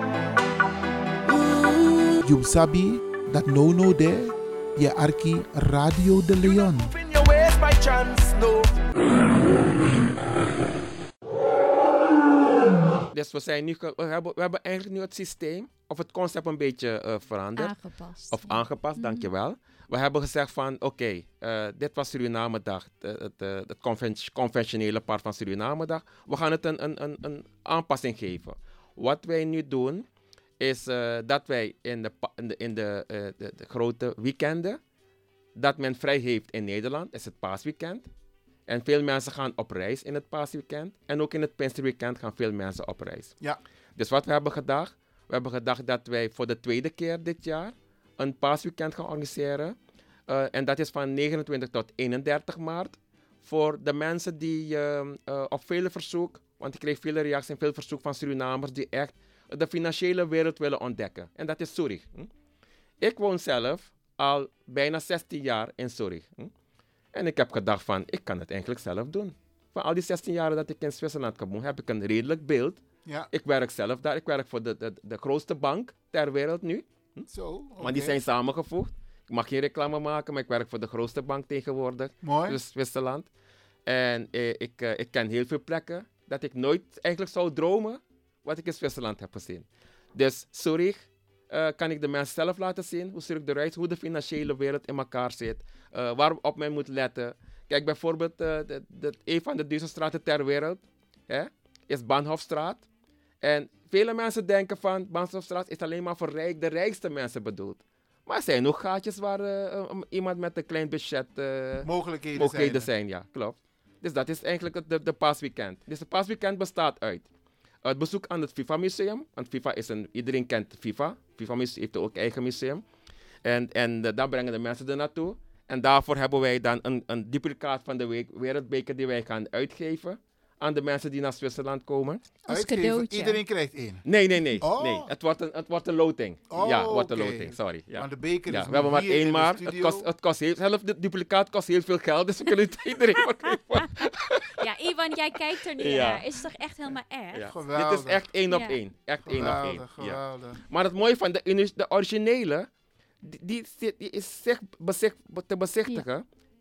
You sabi dat no no there. Je arki Radio de Leon. Dus we, zijn nu, we, hebben, we hebben eigenlijk nu het systeem of het concept een beetje uh, veranderd. Aangepast. Of aangepast, mm. dankjewel. We hebben gezegd van oké, okay, uh, dit was Suriname-dag, het, het, het conven- conventionele part van Suriname-dag. We gaan het een, een, een, een aanpassing geven. Wat wij nu doen, is uh, dat wij in de, in de, in de, uh, de, de grote weekenden, dat men vrij heeft in Nederland, is het paasweekend. En veel mensen gaan op reis in het paasweekend. En ook in het Pinksterweekend gaan veel mensen op reis. Ja. Dus wat we hebben gedacht, we hebben gedacht dat wij voor de tweede keer dit jaar een paasweekend gaan organiseren. Uh, en dat is van negenentwintig tot eenendertig maart. Voor de mensen die uh, uh, op vele verzoek, want ik kreeg vele reacties en veel verzoek van Surinamers die echt de financiële wereld willen ontdekken. En dat is Zurich. Hm? Ik woon zelf al bijna zestien jaar in Zurich. Hm? En ik heb gedacht van, ik kan het eigenlijk zelf doen. Van al die zestien jaar dat ik in Zwitserland heb gewoond, heb ik een redelijk beeld. Ja. Ik werk zelf daar. Ik werk voor de, de, de grootste bank ter wereld nu. Hm? Zo, okay. Maar die zijn samengevoegd. Ik mag geen reclame maken, maar ik werk voor de grootste bank tegenwoordig. Mooi. Dus Zwitserland. En eh, ik, eh, ik ken heel veel plekken dat ik nooit eigenlijk zou dromen wat ik in Zwitserland heb gezien. Dus Zurich uh, kan ik de mensen zelf laten zien hoe Zurich eruit, hoe de financiële wereld in elkaar zit, uh, waarop men moet letten. Kijk, bijvoorbeeld uh, de, de, een van de duurste straten ter wereld hè, is Bahnhofstraat. En vele mensen denken van Bahnhofstraat is alleen maar voor rijk, de rijkste mensen bedoeld. Maar er zijn nog gaatjes waar uh, um, iemand met een klein budget uh, mogelijkheden, mogelijkheden zijn. zijn. Ja, klopt. Dus dat is eigenlijk het de, de paasweekend. Dus het paasweekend bestaat uit het bezoek aan het FIFA-museum. Want FIFA is een, iedereen kent FIFA. FIFA heeft ook eigen museum. En, en uh, daar brengen de mensen er naartoe. En daarvoor hebben wij dan een, een duplicaat van de week, wereldbeker die wij gaan uitgeven aan de mensen die naar Zwitserland komen. Als cadeautje. Iedereen krijgt één? Nee, nee, nee. Oh. nee. Het, wordt een, het wordt een loting. Oh, ja, het wordt een okay. loting, sorry. Ja. Maar de beker ja, is we hebben maar één maar. Het kost, het kost heel, zelf de duplicaat kost heel veel geld, dus we kunnen het iedereen geven. Ja, Ivan, jij kijkt er niet ja. naar. Is toch echt helemaal erg? Ja. Geweldig. Dit is echt één op ja. één. Echt één op één. Geweldig. Ja. Maar het mooie van de, de originele, die, die, die is zich bezicht, te bezichtigen ja.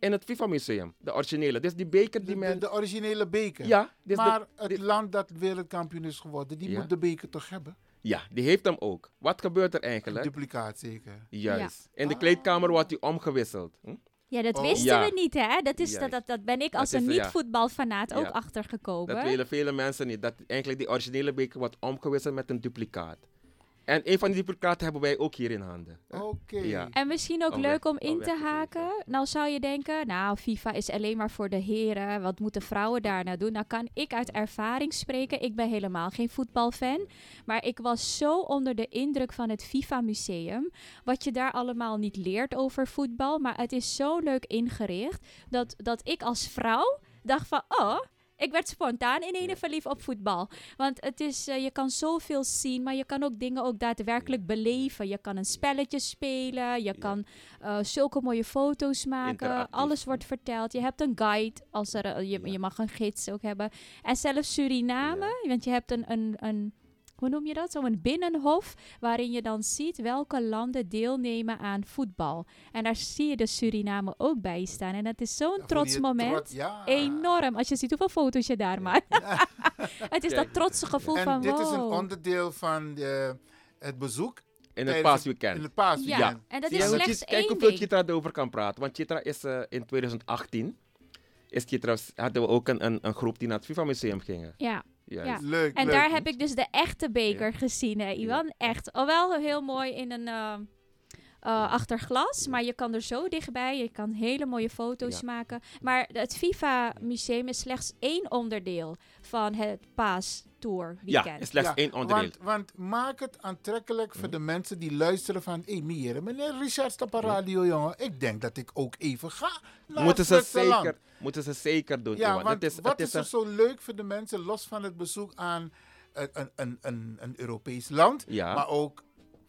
in het FIFA Museum. De originele. Dus die beker die De, men... de originele beker. Ja. Dus maar de, het die- land dat wereldkampioen is geworden, die Ja. moet de beker toch hebben? Ja, die heeft hem ook. Wat gebeurt er eigenlijk? Duplicaat zeker. Juist. In de kleedkamer wordt hij omgewisseld. Hm? Ja, dat Oh. wisten Ja. we niet, hè? Dat, is, dat, Juist. dat, dat ben ik Dat als is een de- ja. niet-voetbalfanaat ook Ja. achtergekomen. Dat willen vele mensen niet. Dat eigenlijk die originele beker wordt omgewisseld met een duplicaat. En een van die duplicaten hebben wij ook hier in handen. Oké. Ja. En misschien ook Om leuk weg- om in om te weg te haken. Nou zou je denken, nou FIFA is alleen maar voor de heren. Wat moeten vrouwen daar nou doen? Nou kan ik uit ervaring spreken. Ik ben helemaal geen voetbalfan. Maar ik was zo onder de indruk van het FIFA Museum. Wat je daar allemaal niet leert over voetbal. Maar het is zo leuk ingericht. Dat, dat ik als vrouw dacht van, oh... Ik werd spontaan in ene verliefd op voetbal. Want het is, uh, je kan zoveel zien, maar je kan ook dingen ook daadwerkelijk beleven. Je kan een spelletje spelen, je kan uh, zulke mooie foto's maken. Interactief. Alles wordt verteld. Je hebt een guide, als er, uh, je, je mag een gids ook hebben. En zelfs Suriname, want je hebt een... een, een hoe noem je dat? Zo'n binnenhof waarin je dan ziet welke landen deelnemen aan voetbal. En daar zie je de Suriname ook bij staan. En dat is zo'n voel trots je moment. trots, ja. Enorm. Als je ziet hoeveel foto's je daar maakt. Het is Kijk. dat trotse gevoel en van dit wow. is een onderdeel van de, het bezoek. In het tijdens paasweekend. In het paasweekend. Ja, en dat Zie is je hoe slechts Chit- Kijk één hoeveel ding. Chitra erover kan praten. Want Chitra is uh, in twintig achttien... Is Chitra, hadden we ook een, een, een groep die naar het FIFA Museum gingen. Ja. Juist. Ja. Leuk, En leuk. daar heb ik dus de echte beker gezien, hè, Iwan. Echt. Oh, wel heel mooi in een uh, uh, achter glas, maar je kan er zo dichtbij. Je kan hele mooie foto's Ja. maken. Maar het FIFA Museum is slechts één onderdeel van het Paastour weekend. Ja, is slechts Ja, één onderdeel. Want, want maak het aantrekkelijk voor de mensen die luisteren van... Hé, hey, meneer, meneer Richard staat op radio, jongen. Ik denk dat ik ook even ga naar Moeten ze, Zwitserland. zeker, moeten ze zeker doen. Ja, Iwan. want Het is, wat het is, is er een- zo leuk voor de mensen, los van het bezoek aan een, een, een, een, een Europees land, Ja. maar ook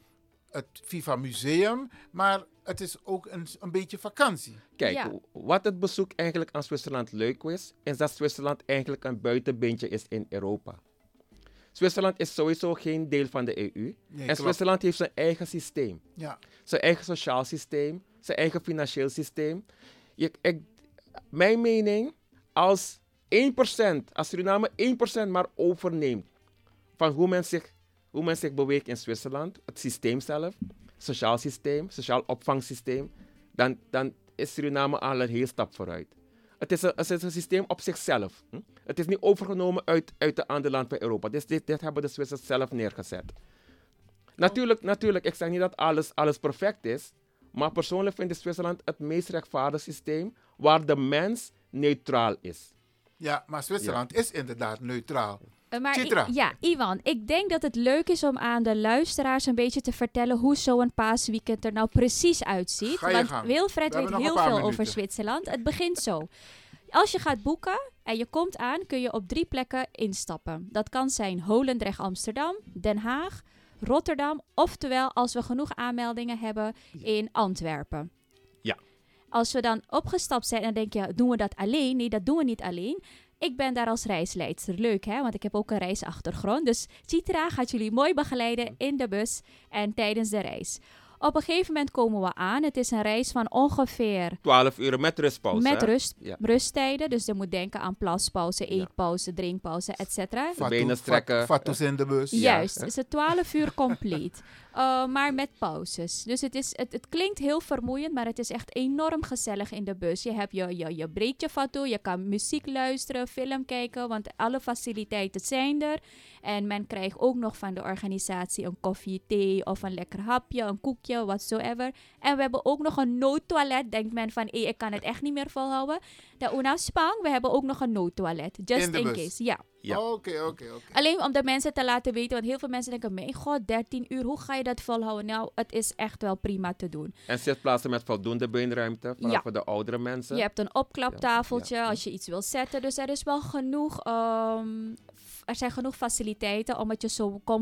het FIFA Museum, maar het is ook een, een beetje vakantie. Kijk, Ja. wat het bezoek eigenlijk aan Zwitserland leuk is, is dat Zwitserland eigenlijk een buitenbeentje is in Europa. Zwitserland is sowieso geen deel van de E U. Nee, en klopt. Zwitserland heeft zijn eigen systeem. Ja. Zijn eigen sociaal systeem, zijn eigen financieel systeem. Je, ik, mijn mening, als één procent, als Suriname één procent maar overneemt van hoe men zich, hoe men zich beweegt in Zwitserland, het systeem zelf, sociaal systeem, sociaal opvangsysteem, dan, dan is Suriname al een heel stap vooruit. Het is een, het is een systeem op zichzelf. Hm? Het is niet overgenomen uit, uit de andere land van Europa. Dus dit, dit hebben de Zwitsers zelf neergezet. Natuurlijk, natuurlijk, ik zeg niet dat alles, alles perfect is. Maar persoonlijk vind ik Zwitserland het meest rechtvaardige systeem waar de mens neutraal is. Ja, maar Zwitserland is inderdaad neutraal. Uh, maar Chitra. I- ja, Iwan, ik denk dat het leuk is om aan de luisteraars een beetje te vertellen hoe zo'n paasweekend er nou precies uitziet. Ga je Want gang. Wilfred We weet hebben nog heel een paar veel over minuten. Zwitserland. Het begint zo. Als je gaat boeken en je komt aan, kun je op drie plekken instappen. Dat kan zijn Holendrecht Amsterdam, Den Haag, Rotterdam, oftewel als we genoeg aanmeldingen hebben in Antwerpen. Ja. Als we dan opgestapt zijn en denk je, doen we dat alleen? Nee, dat doen we niet alleen. Ik ben daar als reisleidster. Leuk hè, want ik heb ook een reisachtergrond. Dus Chitra gaat jullie mooi begeleiden in de bus en tijdens de reis. Op een gegeven moment komen we aan. Het is een reis van ongeveer twaalf uur met rustpauze. met hè? rust, Ja. rusttijden. Dus je moet denken aan plaspauze, eetpauze, drinkpauze, et cetera. De benen strekken. Fatus in de bus. Juist, Ja. is het twaalf uur compleet. Uh, maar met pauzes. Dus het, is, het, het klinkt heel vermoeiend, maar het is echt enorm gezellig in de bus. Je, hebt je, je, je breekt je fatu, je kan muziek luisteren, film kijken, want alle faciliteiten zijn er. En men krijgt ook nog van de organisatie een koffie, thee of een lekker hapje, een koekje, whatsoever. En we hebben ook nog een noodtoilet. Denkt men van, hey, ik kan het echt niet meer volhouden. De Una Spang, we hebben ook nog een noodtoilet. Just In de in bus? case, ja. Ja. Oké, oké, oké. Alleen om de mensen te laten weten, want heel veel mensen denken, mijn god, dertien uur, hoe ga je dat volhouden? Nou, het is echt wel prima te doen. En zitplaatsen met voldoende beenruimte, vooral Ja. voor de oudere mensen. Je hebt een opklaptafeltje Ja, ja. als je iets wil zetten. Dus er is wel genoeg, ehm, f- er zijn genoeg faciliteiten om het je zo comfort,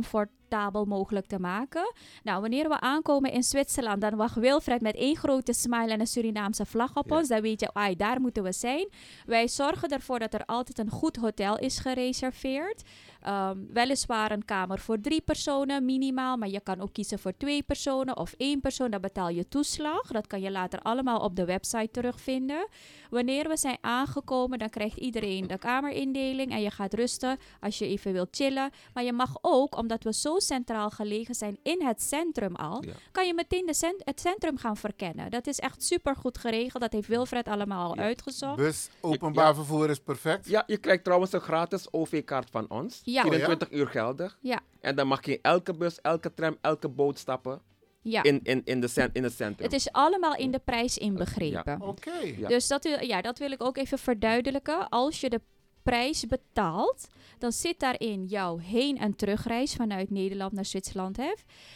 comfortabel mogelijk te maken. Nou, wanneer we aankomen in Zwitserland, dan wacht Wilfred met één grote smile en een Surinaamse vlag op ja. ons. Dan weet je, ai, daar moeten we zijn. Wij zorgen ervoor dat er altijd een goed hotel is gereserveerd. Um, weliswaar een kamer voor drie personen minimaal, maar je kan ook kiezen voor twee personen of één persoon. Dan betaal je toeslag. Dat kan je later allemaal op de website terugvinden. Wanneer we zijn aangekomen, dan krijgt iedereen de kamerindeling en je gaat rusten als je even wilt chillen. Maar je mag ook, omdat we zo centraal gelegen zijn in het centrum al, ja. kan je meteen de cent- het centrum gaan verkennen. Dat is echt super goed geregeld. Dat heeft Wilfred allemaal al ja. uitgezocht. Dus openbaar ja. vervoer is perfect? Ja, je krijgt trouwens een gratis O V-kaart van ons. Ja. vierentwintig oh, ja? uur geldig. Ja. En dan mag je in elke bus, elke tram, elke boot stappen. Ja. In, in, in, de cent, in het centrum. Het is allemaal in de prijs inbegrepen. Ja. Oké. Okay. Ja. Dus dat, ja, dat wil ik ook even verduidelijken. Als je de prijs betaalt, dan zit daarin jouw heen- en terugreis vanuit Nederland naar Zwitserland. Hè?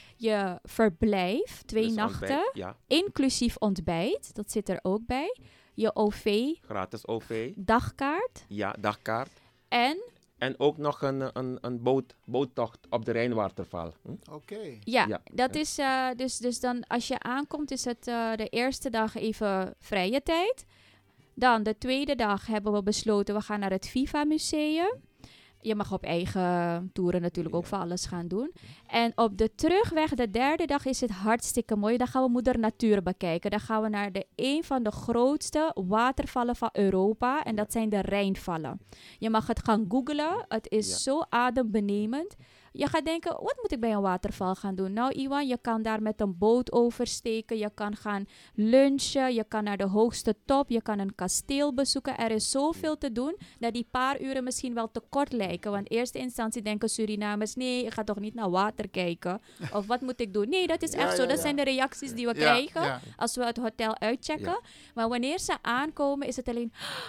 Je verblijf, twee dus nachten, ontbijt, ja. inclusief ontbijt. Dat zit er ook bij. Je O V. Gratis O V. Dagkaart. Ja, dagkaart. En... En ook nog een, een, een boot, boottocht op de Rijnwaterval. Hm? Oké. Okay. Ja, ja, dat is uh, dus, dus dan als je aankomt is het uh, de eerste dag even vrije tijd. Dan de tweede dag hebben we besloten we gaan naar het FIFA Museum. Je mag op eigen toeren natuurlijk ook voor alles gaan doen. En op de terugweg, de derde dag, is het hartstikke mooi. Dan gaan we moeder natuur bekijken. Dan gaan we naar de een van de grootste watervallen van Europa. En dat zijn de Rijnvallen. Je mag het gaan googlen. Het is ja. zo adembenemend. Je gaat denken, wat moet ik bij een waterval gaan doen? Nou, Iwan, je kan daar met een boot oversteken. Je kan gaan lunchen. Je kan naar de hoogste top. Je kan een kasteel bezoeken. Er is zoveel te doen dat die paar uren misschien wel te kort lijken. Want in eerste instantie denken Surinamers, nee, ik ga toch niet naar water kijken. Of wat moet ik doen? Nee, dat is echt ja, zo. Ja, dat ja. zijn de reacties die we ja, krijgen ja. als we het hotel uitchecken. Ja. Maar wanneer ze aankomen, is het alleen,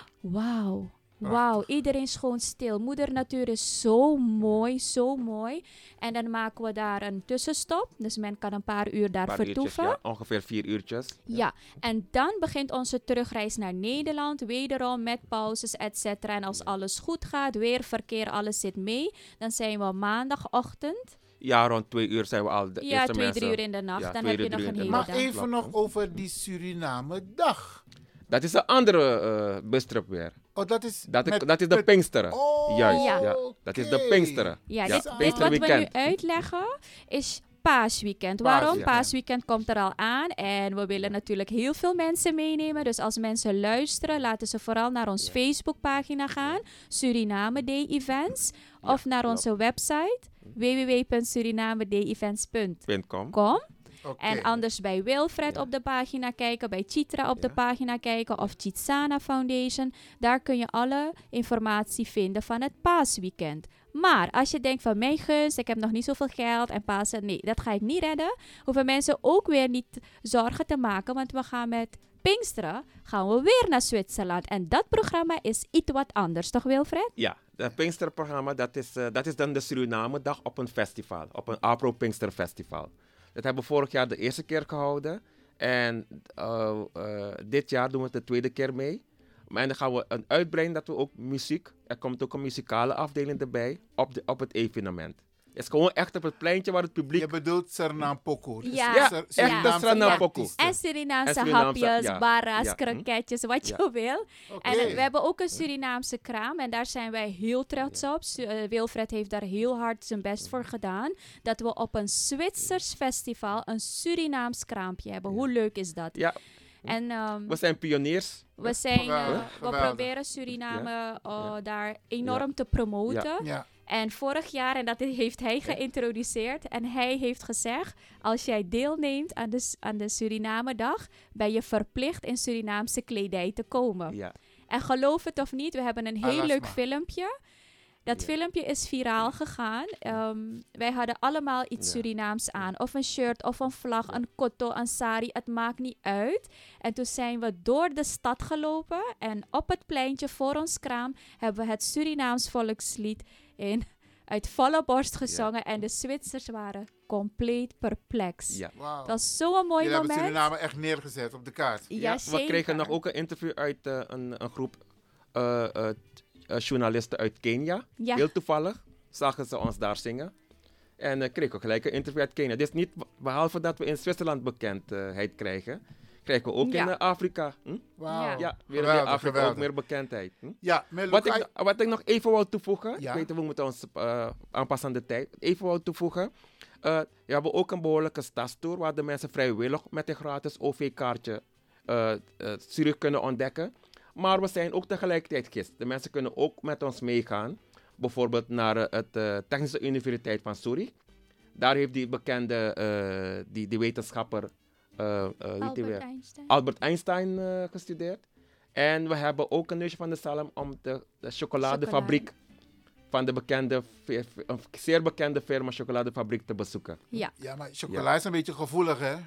wauw. Wauw, iedereen is gewoon stil. Moeder Natuur is zo mooi, zo mooi. En dan maken we daar een tussenstop. Dus men kan een paar uur daar paar vertoeven. Uurtjes, ja, ongeveer vier uurtjes. Ja. ja, en dan begint onze terugreis naar Nederland. Wederom met pauzes, et cetera. En als alles goed gaat, weer verkeer, alles zit mee. Dan zijn we maandagochtend. Ja, rond twee uur zijn we al de ja, eerste twee, mensen. drie uur in de nacht. Ja, dan heb je nog een hele dag. Maar even nog over die Suriname-dag. Dat is een andere uh, bustrip weer. Oh, dat is, dat, met, dat is de met, Pinksteren. Oh, Juist, ja. ja. Dat is de Pinksteren. Ja, ja, dit, dit wat we nu uitleggen is paasweekend. Waarom? Ja. Paasweekend komt er al aan en we willen natuurlijk heel veel mensen meenemen. Dus als mensen luisteren, laten ze vooral naar onze ja. Facebookpagina gaan. Suriname Day Events. Ja, of naar onze klopt. website w w w punt suriname day events punt com. Okay. En anders bij Wilfred ja. op de pagina kijken, bij Chitra op ja. de pagina kijken of Chitsana Foundation. Daar kun je alle informatie vinden van het paasweekend. Maar als je denkt van mijn gunst, ik heb nog niet zoveel geld en Pasen, nee, dat ga ik niet redden. Hoeven mensen ook weer niet zorgen te maken, want we gaan met Pinksteren gaan we weer naar Zwitserland. En dat programma is iets wat anders, toch Wilfred? Ja, het Pinksterprogramma, dat is, uh, dat is dan de Suriname-dag op een festival, op een Apro Pinkster Festival. Dat hebben we vorig jaar de eerste keer gehouden. En uh, uh, dit jaar doen we het de tweede keer mee. Maar dan gaan we een uitbreiden dat we ook muziek... Er komt ook een muzikale afdeling erbij op, de, op het evenement. Het is gewoon echt op het pleintje waar het publiek... Je bedoelt Suriname Poco. Dus ja, ja Sur- echt ja. Suriname Poco. En Surinaamse hapjes, ja. barras, ja. kroketjes, wat ja. je wil. Okay. En uh, we hebben ook een Surinaamse kraam. En daar zijn wij heel trots ja. op. Uh, Wilfred heeft daar heel hard zijn best voor gedaan. Dat we op een Zwitsers festival een Surinaams kraampje hebben. Ja. Hoe leuk is dat? Ja. En, um, we zijn pioniers. We, zijn, uh, we proberen Suriname ja. Uh, ja. daar enorm ja. te promoten. Ja. Ja. En vorig jaar, en dat heeft hij geïntroduceerd, en hij heeft gezegd, als jij deelneemt aan de, aan de Suriname-dag, ben je verplicht in Surinaamse kledij te komen. Ja. En geloof het of niet, we hebben een heel Alasma. leuk filmpje. Dat ja. filmpje is viraal gegaan. Um, wij hadden allemaal iets ja. Surinaams aan. Of een shirt, of een vlag, een kotto, een sari. Het maakt niet uit. En toen zijn we door de stad gelopen. En op het pleintje voor ons kraam hebben we het Surinaams volkslied in, uit volle borst gezongen. Ja. En de Zwitsers waren compleet perplex. Ja. Wow. Dat was zo'n mooi Jullie moment. Jullie hebben Suriname echt neergezet op de kaart. Ja, ja, zeker. We kregen nog ook een interview uit uh, een, een groep... Uh, uh, Uh, journalisten uit Kenia. Ja. Heel toevallig zagen ze ons daar zingen. En uh, kreeg ook gelijk een interview uit Kenia. Dus niet, behalve dat we in Zwitserland bekendheid krijgen, krijgen we ook Ja. in uh, Afrika. Hm? Wauw. Ja, weer in Geweldig, Afrika geweldig. ook meer bekendheid. Hm? Ja, maar Wat Luca- ik, wat ik nog even wou toevoegen, Ja. ik weet dat we moeten ons uh, aanpassen aan de tijd, even wou toevoegen. Uh, we hebben ook een behoorlijke stadstour waar de mensen vrijwillig met een gratis O V-kaartje uh, uh, Zurich kunnen ontdekken. Maar we zijn ook tegelijkertijd gist. De mensen kunnen ook met ons meegaan. Bijvoorbeeld naar uh, het uh, Technische Universiteit van Zurich. Daar heeft die bekende uh, die, die wetenschapper uh, uh, wie heet die Albert weer? Einstein. Albert Einstein uh, gestudeerd. En we hebben ook een neusje van de Salm om de, de chocoladefabriek van de bekende, een zeer bekende firma chocoladefabriek te bezoeken. Ja. Ja, maar chocola is een beetje gevoelig, hè?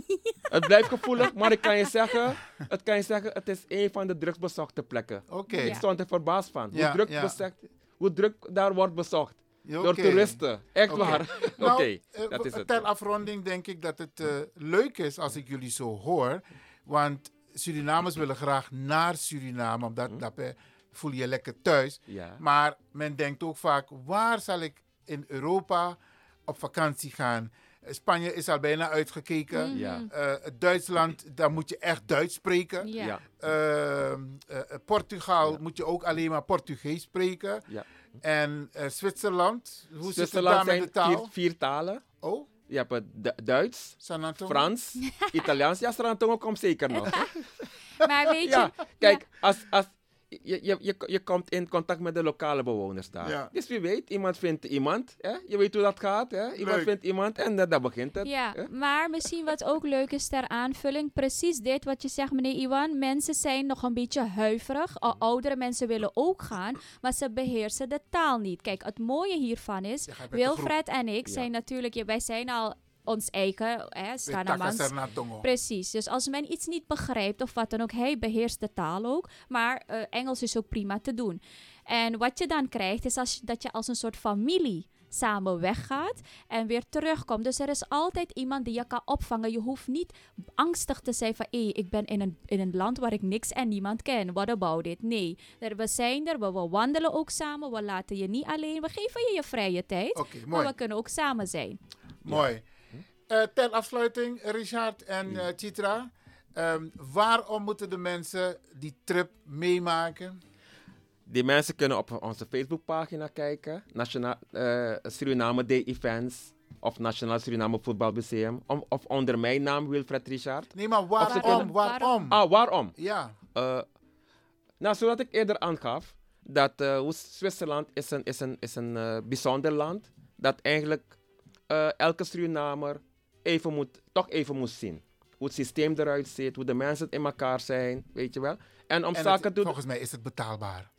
Het blijft gevoelig, maar ik kan je zeggen, het kan je zeggen, het is een van de drugsbezochte plekken. Oké. Ik stond er verbaasd van. Hoe, Ja, druk ja. bezocht, hoe druk daar wordt bezocht. Ja, Door oké. toeristen. Echt Oké. waar. Oké, Nou, eh, dat is het. ter afronding denk ik dat het uh, leuk is als ik jullie zo hoor. Want Surinamers willen graag naar Suriname, omdat Hm. dat eh, voel je lekker thuis. Ja. Maar men denkt ook vaak, waar zal ik in Europa op vakantie gaan? Eh, Spanje is al bijna uitgekeken. Mhm. Ja. Eh, Duitsland, daar moet je echt Duits spreken. Ja. Ja. Eh, eh, Portugal moet je ook alleen maar Portugees spreken. Ja. En eh, Zwitserland, hoe zit het Zwitserland daar met zijn de taal? vier, vier talen. Oh, Je hebt het Du- Duits, San Antonio? Frans, Italiaans. Ja, San Antonio komt zeker nog. Maar weet je... Ja, kijk, als, als, je, je, je, je komt in contact met de lokale bewoners daar. Ja. Dus wie weet, iemand vindt iemand. Hè? Je weet hoe dat gaat. Hè? Iemand Leuk. vindt iemand en uh, daar begint het. Ja, Hè? maar misschien wat ook leuk is ter aanvulling, precies dit wat je zegt, meneer Iwan. Mensen zijn nog een beetje huiverig. O- oudere mensen willen ook gaan, maar ze beheersen de taal niet. Kijk, het mooie hiervan is, Je gaat met de groep. Wilfred en ik Ja. zijn natuurlijk, ja, wij zijn al ons eigen, hè, Sanamans. Takasernatongo. Precies, dus als men iets niet begrijpt of wat dan ook, hij beheerst de taal ook. Maar eh, Engels is ook prima te doen. En wat je dan krijgt, is als je, dat je als een soort familie samen weggaat en weer terugkomt. Dus er is altijd iemand die je kan opvangen. Je hoeft niet angstig te zijn van, hé, ik ben in een, in een land waar ik niks en niemand ken. What about it? Nee, er, we zijn er, we, we wandelen ook samen, we laten je niet alleen. We geven je je vrije tijd, Oké, maar mooi. we kunnen ook samen zijn. Mooi. Eh, ter afsluiting, Richard en eh, Chitra. ehm, waarom moeten de mensen die trip meemaken? Die mensen kunnen op onze Facebookpagina kijken. Nationaal, uh, Suriname Day Events. Of Nationaal Suriname Voetbalmuseum. Om, of onder mijn naam Wilfred Richard. Nee, maar Of ze waarom? kunnen- Waarom? Ah, waarom? Ja. Uh, nou, zoals ik eerder aangaf, dat uh, hoe Zwitserland is een, is een, is een uh, bijzonder land. Dat eigenlijk uh, elke Surinamer even moet, toch even moet zien. Hoe het systeem eruit ziet, hoe de mensen in elkaar zijn, weet je wel. En om En zaken het- te doen. volgens mij is het betaalbaar.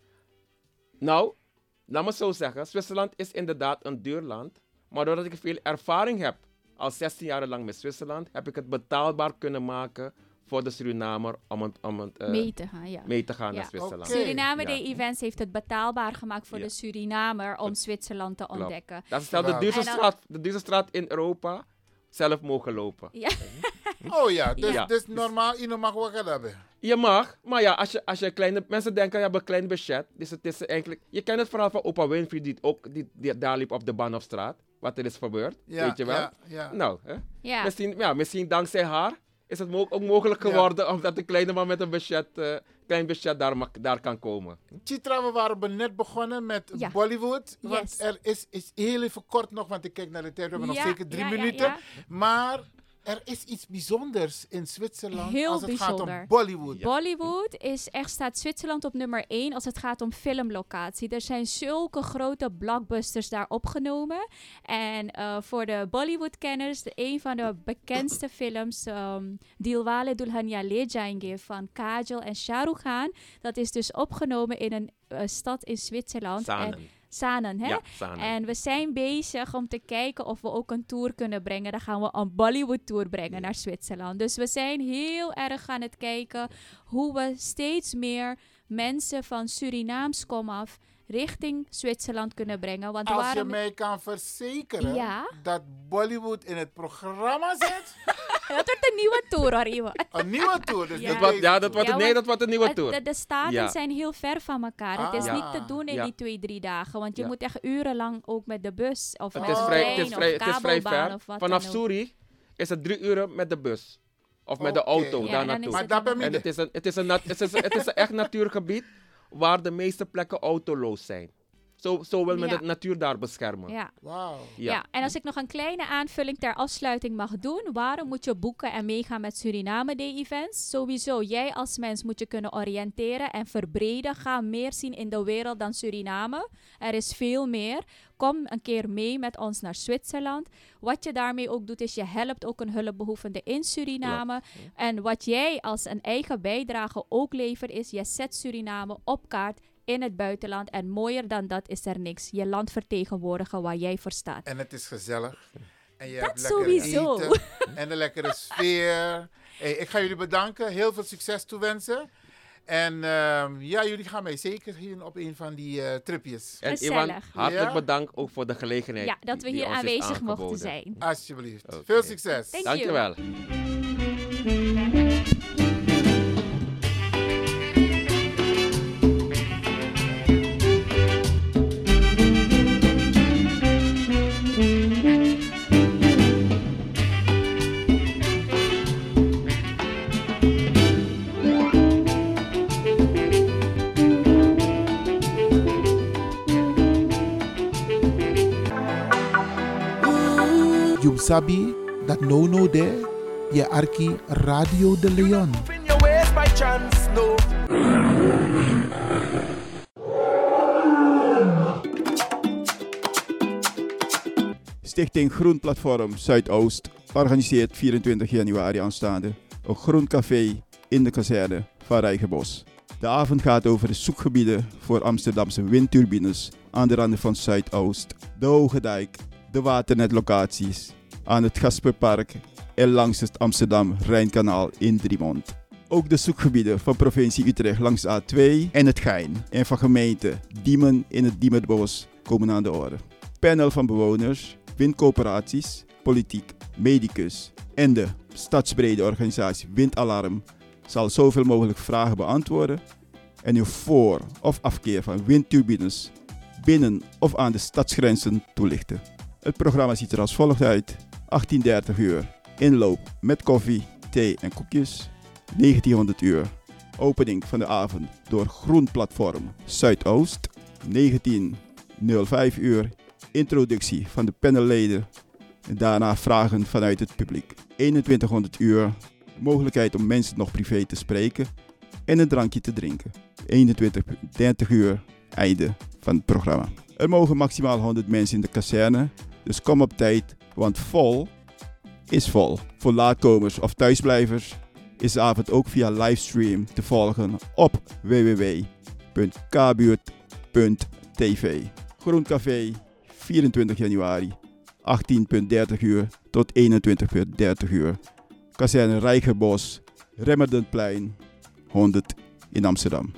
Nou, laat me zo zeggen. Zwitserland is inderdaad een duur land. Maar doordat ik veel ervaring heb, al zestien jaar lang met Zwitserland, heb ik het betaalbaar kunnen maken voor de Surinamer om het, om het, uh, mee te gaan, ja. mee te gaan Ja. naar Zwitserland. Suriname Ja. Day Events heeft het betaalbaar gemaakt voor Ja. de Surinamer om Zwitserland te Klopt. ontdekken. Dat is zelfs de duurste, En dan- straat, de duurste straat in Europa zelf mogen lopen. Ja. Oh ja, dus, Ja. dus normaal, iemand mag wat hebben. Je mag, maar ja, als je, als je kleine... Mensen denken, je hebt een klein budget. Dus het is eigenlijk... Je kent het verhaal van Oprah Winfrey, die ook die, die daar liep op de Bahnhofstraat. Wat er is gebeurd, Ja, weet je wel? ja, ja. Nou, hè? Ja. Misschien, ja, misschien dankzij haar is het mo- ook mogelijk Ja. geworden... omdat een kleine man met een budget, eh, klein budget daar, mag, daar kan komen. Chitra, we waren net begonnen met Ja. Bollywood. Want Yes. er is, is heel even kort nog, want ik kijk naar de tijd, we hebben Ja, nog zeker drie ja, ja, minuten. ja. Maar er is iets bijzonders in Zwitserland Heel als het gaat bijzonder. om Bollywood. Bollywood is echt, staat Zwitserland op nummer één als het gaat om filmlocatie. Er zijn zulke grote blockbusters daar opgenomen. En eh, voor de Bollywood-kenners, de, een van de bekendste films, um, Dilwale Dulhania Le Jayenge van Kajol en Shah Rukh Khan. Dat is dus opgenomen in een eh, stad in Zwitserland. Sanen. En, Sanen, hè? Ja, Sanen. En we zijn bezig om te kijken of we ook een tour kunnen brengen. Dan gaan we een Bollywood-tour brengen naar Zwitserland. Dus we zijn heel erg aan het kijken hoe we steeds meer mensen van Surinaams komaf richting Zwitserland kunnen brengen. Want Als je waarom... mij kan verzekeren Ja. dat Bollywood in het programma zit, Dat wordt een nieuwe tour hoor, Ivo. Een nieuwe tour? Dus ja. Dat wordt, ja, dat wordt, Ja, nee, want dat wordt een nieuwe het- tour. De, de staten Ja. zijn heel ver van elkaar. Ah. Het is Ja. niet te doen in Ja. die twee, drie dagen. Want je Ja. moet echt urenlang ook met de bus of Het met is de vrij, trein het is vrij, of het is vrij kabelbaan ver. of wat Vanaf dan ook. Suri is het drie uur met de bus. Of met de Oké. auto Ja, daar en dan naartoe. is Maar het dat dan- ben En het is, een, het, is een, nat- het, is, het is een echt natuurgebied waar de meeste plekken autoloos zijn. Zo, zo wil men Ja. de natuur daar beschermen. Ja. Wauw. Ja. Ja. en als ik nog een kleine aanvulling ter afsluiting mag doen. Waarom moet je boeken en meegaan met Suriname Day Events? Sowieso, jij als mens moet je kunnen oriënteren en verbreden. Ga meer zien in de wereld dan Suriname. Er is veel meer. Kom een keer mee met ons naar Zwitserland. Wat je daarmee ook doet, is je helpt ook een hulpbehoevende in Suriname. En wat jij als een eigen bijdrage ook levert, is je zet Suriname op kaart in het buitenland. En mooier dan dat is er niks. Je land vertegenwoordigen waar jij voor staat. En het is gezellig. En je Dat hebt lekker sowieso. eten. En een lekkere sfeer. Hey, ik ga jullie bedanken. Heel veel succes toewensen. En ehm, ja, jullie gaan mij zeker zien op een van die eh, tripjes. En Gezellig. Ivan, hartelijk Ja? bedankt ook voor de gelegenheid. Ja, dat we die hier ons is aanwezig mochten aangeboden. zijn. Alsjeblieft. Oké. Veel succes. Thank you. Dankjewel. You sabi that no no there. Je arki Radio de Leon. In your ways by chance, no. Stichting Groen Platform Zuidoost organiseert vierentwintig januari aanstaande een groen café in de kazerne van Rijgenbos. De avond gaat over de zoekgebieden voor Amsterdamse windturbines aan de randen van Zuidoost, de Hoge Dijk, de waternetlocaties aan het Gasperpark en langs het Amsterdam-Rijnkanaal in Driemond. Ook de zoekgebieden van provincie Utrecht langs A twee en het Gein en van gemeente Diemen in het Diemerbos komen aan de orde. Panel van bewoners, windcoöperaties, politiek, medicus en de stadsbrede organisatie Windalarm zal zoveel mogelijk vragen beantwoorden en uw voor- of afkeer van windturbines binnen of aan de stadsgrenzen toelichten. Het programma ziet er als volgt uit. achttien dertig uur inloop met koffie, thee en koekjes. negentienhonderd uur opening van de avond door Groen Platform Zuidoost. negentien nul vijf uur introductie van de panelleden en daarna vragen vanuit het publiek. eenentwintighonderd uur mogelijkheid om mensen nog privé te spreken en een drankje te drinken. eenentwintig dertig uur einde van het programma. Er mogen maximaal honderd mensen in de kazerne, dus kom op tijd, want vol is vol. Voor laatkomers of thuisblijvers is de avond ook via livestream te volgen op w w w punt k buurt punt t v. Groen Café, vierentwintig januari, achttien dertig uur tot eenentwintig dertig uur. Kazerne Rijgenbos, Remmerdenplein, honderd in Amsterdam.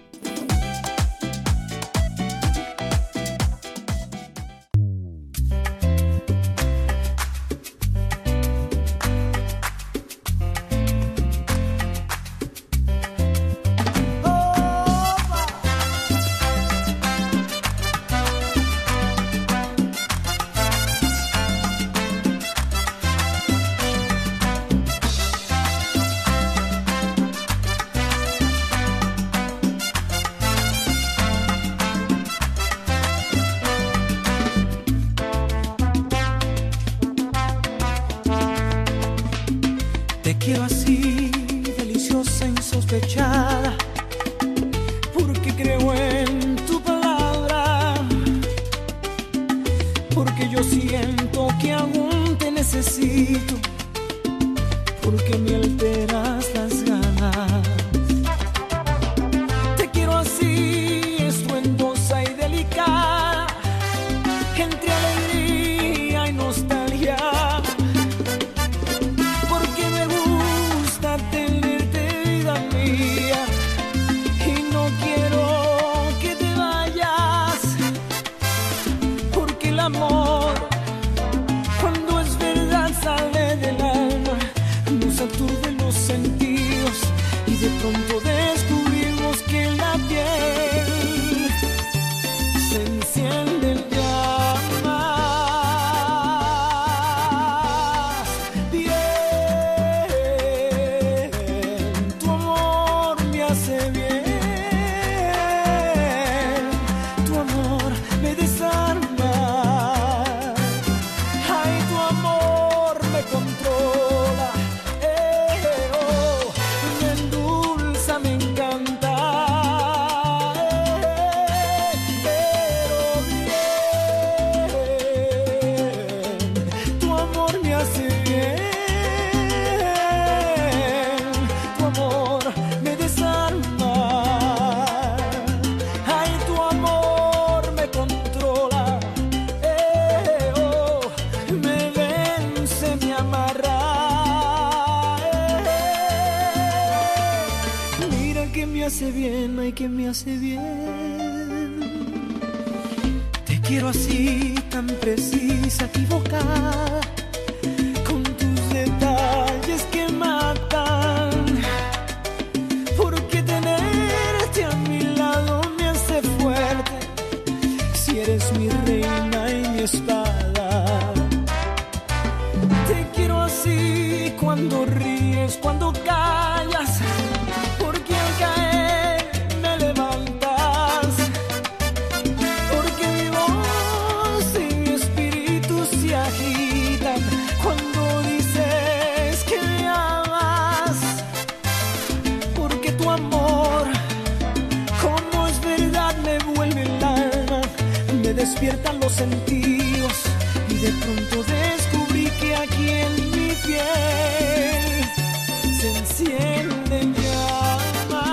reina y que me hace bien. Te quiero así, tan precisa, equivocada, con tus detalles que matan. Porque tenerte a mi lado me hace fuerte, si eres mi reina y mi espada. Te quiero así, cuando ríes, cuando callas, porque al caer me levantas, porque mi voz y mi espíritu se agitan cuando dices que me amas, porque tu amor, como es verdad, me vuelve el alma, me despiertan los sentidos y de pronto descubrí que aquí en mi piel se encienden llamas.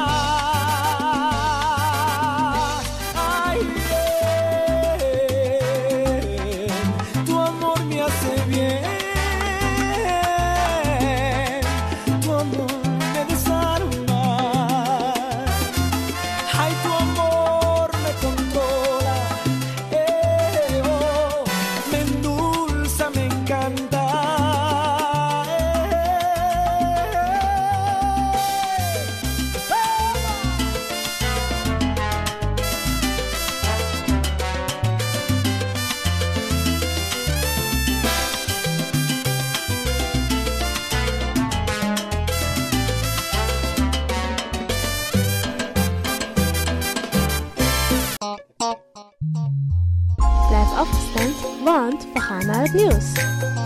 Ay, bien, tu amor me hace bien, tu amor me desarma. Ay, tu amor me controla, eh, oh, me endulza, me encanta. Blijf afgestemd, want we gaan naar het nieuws.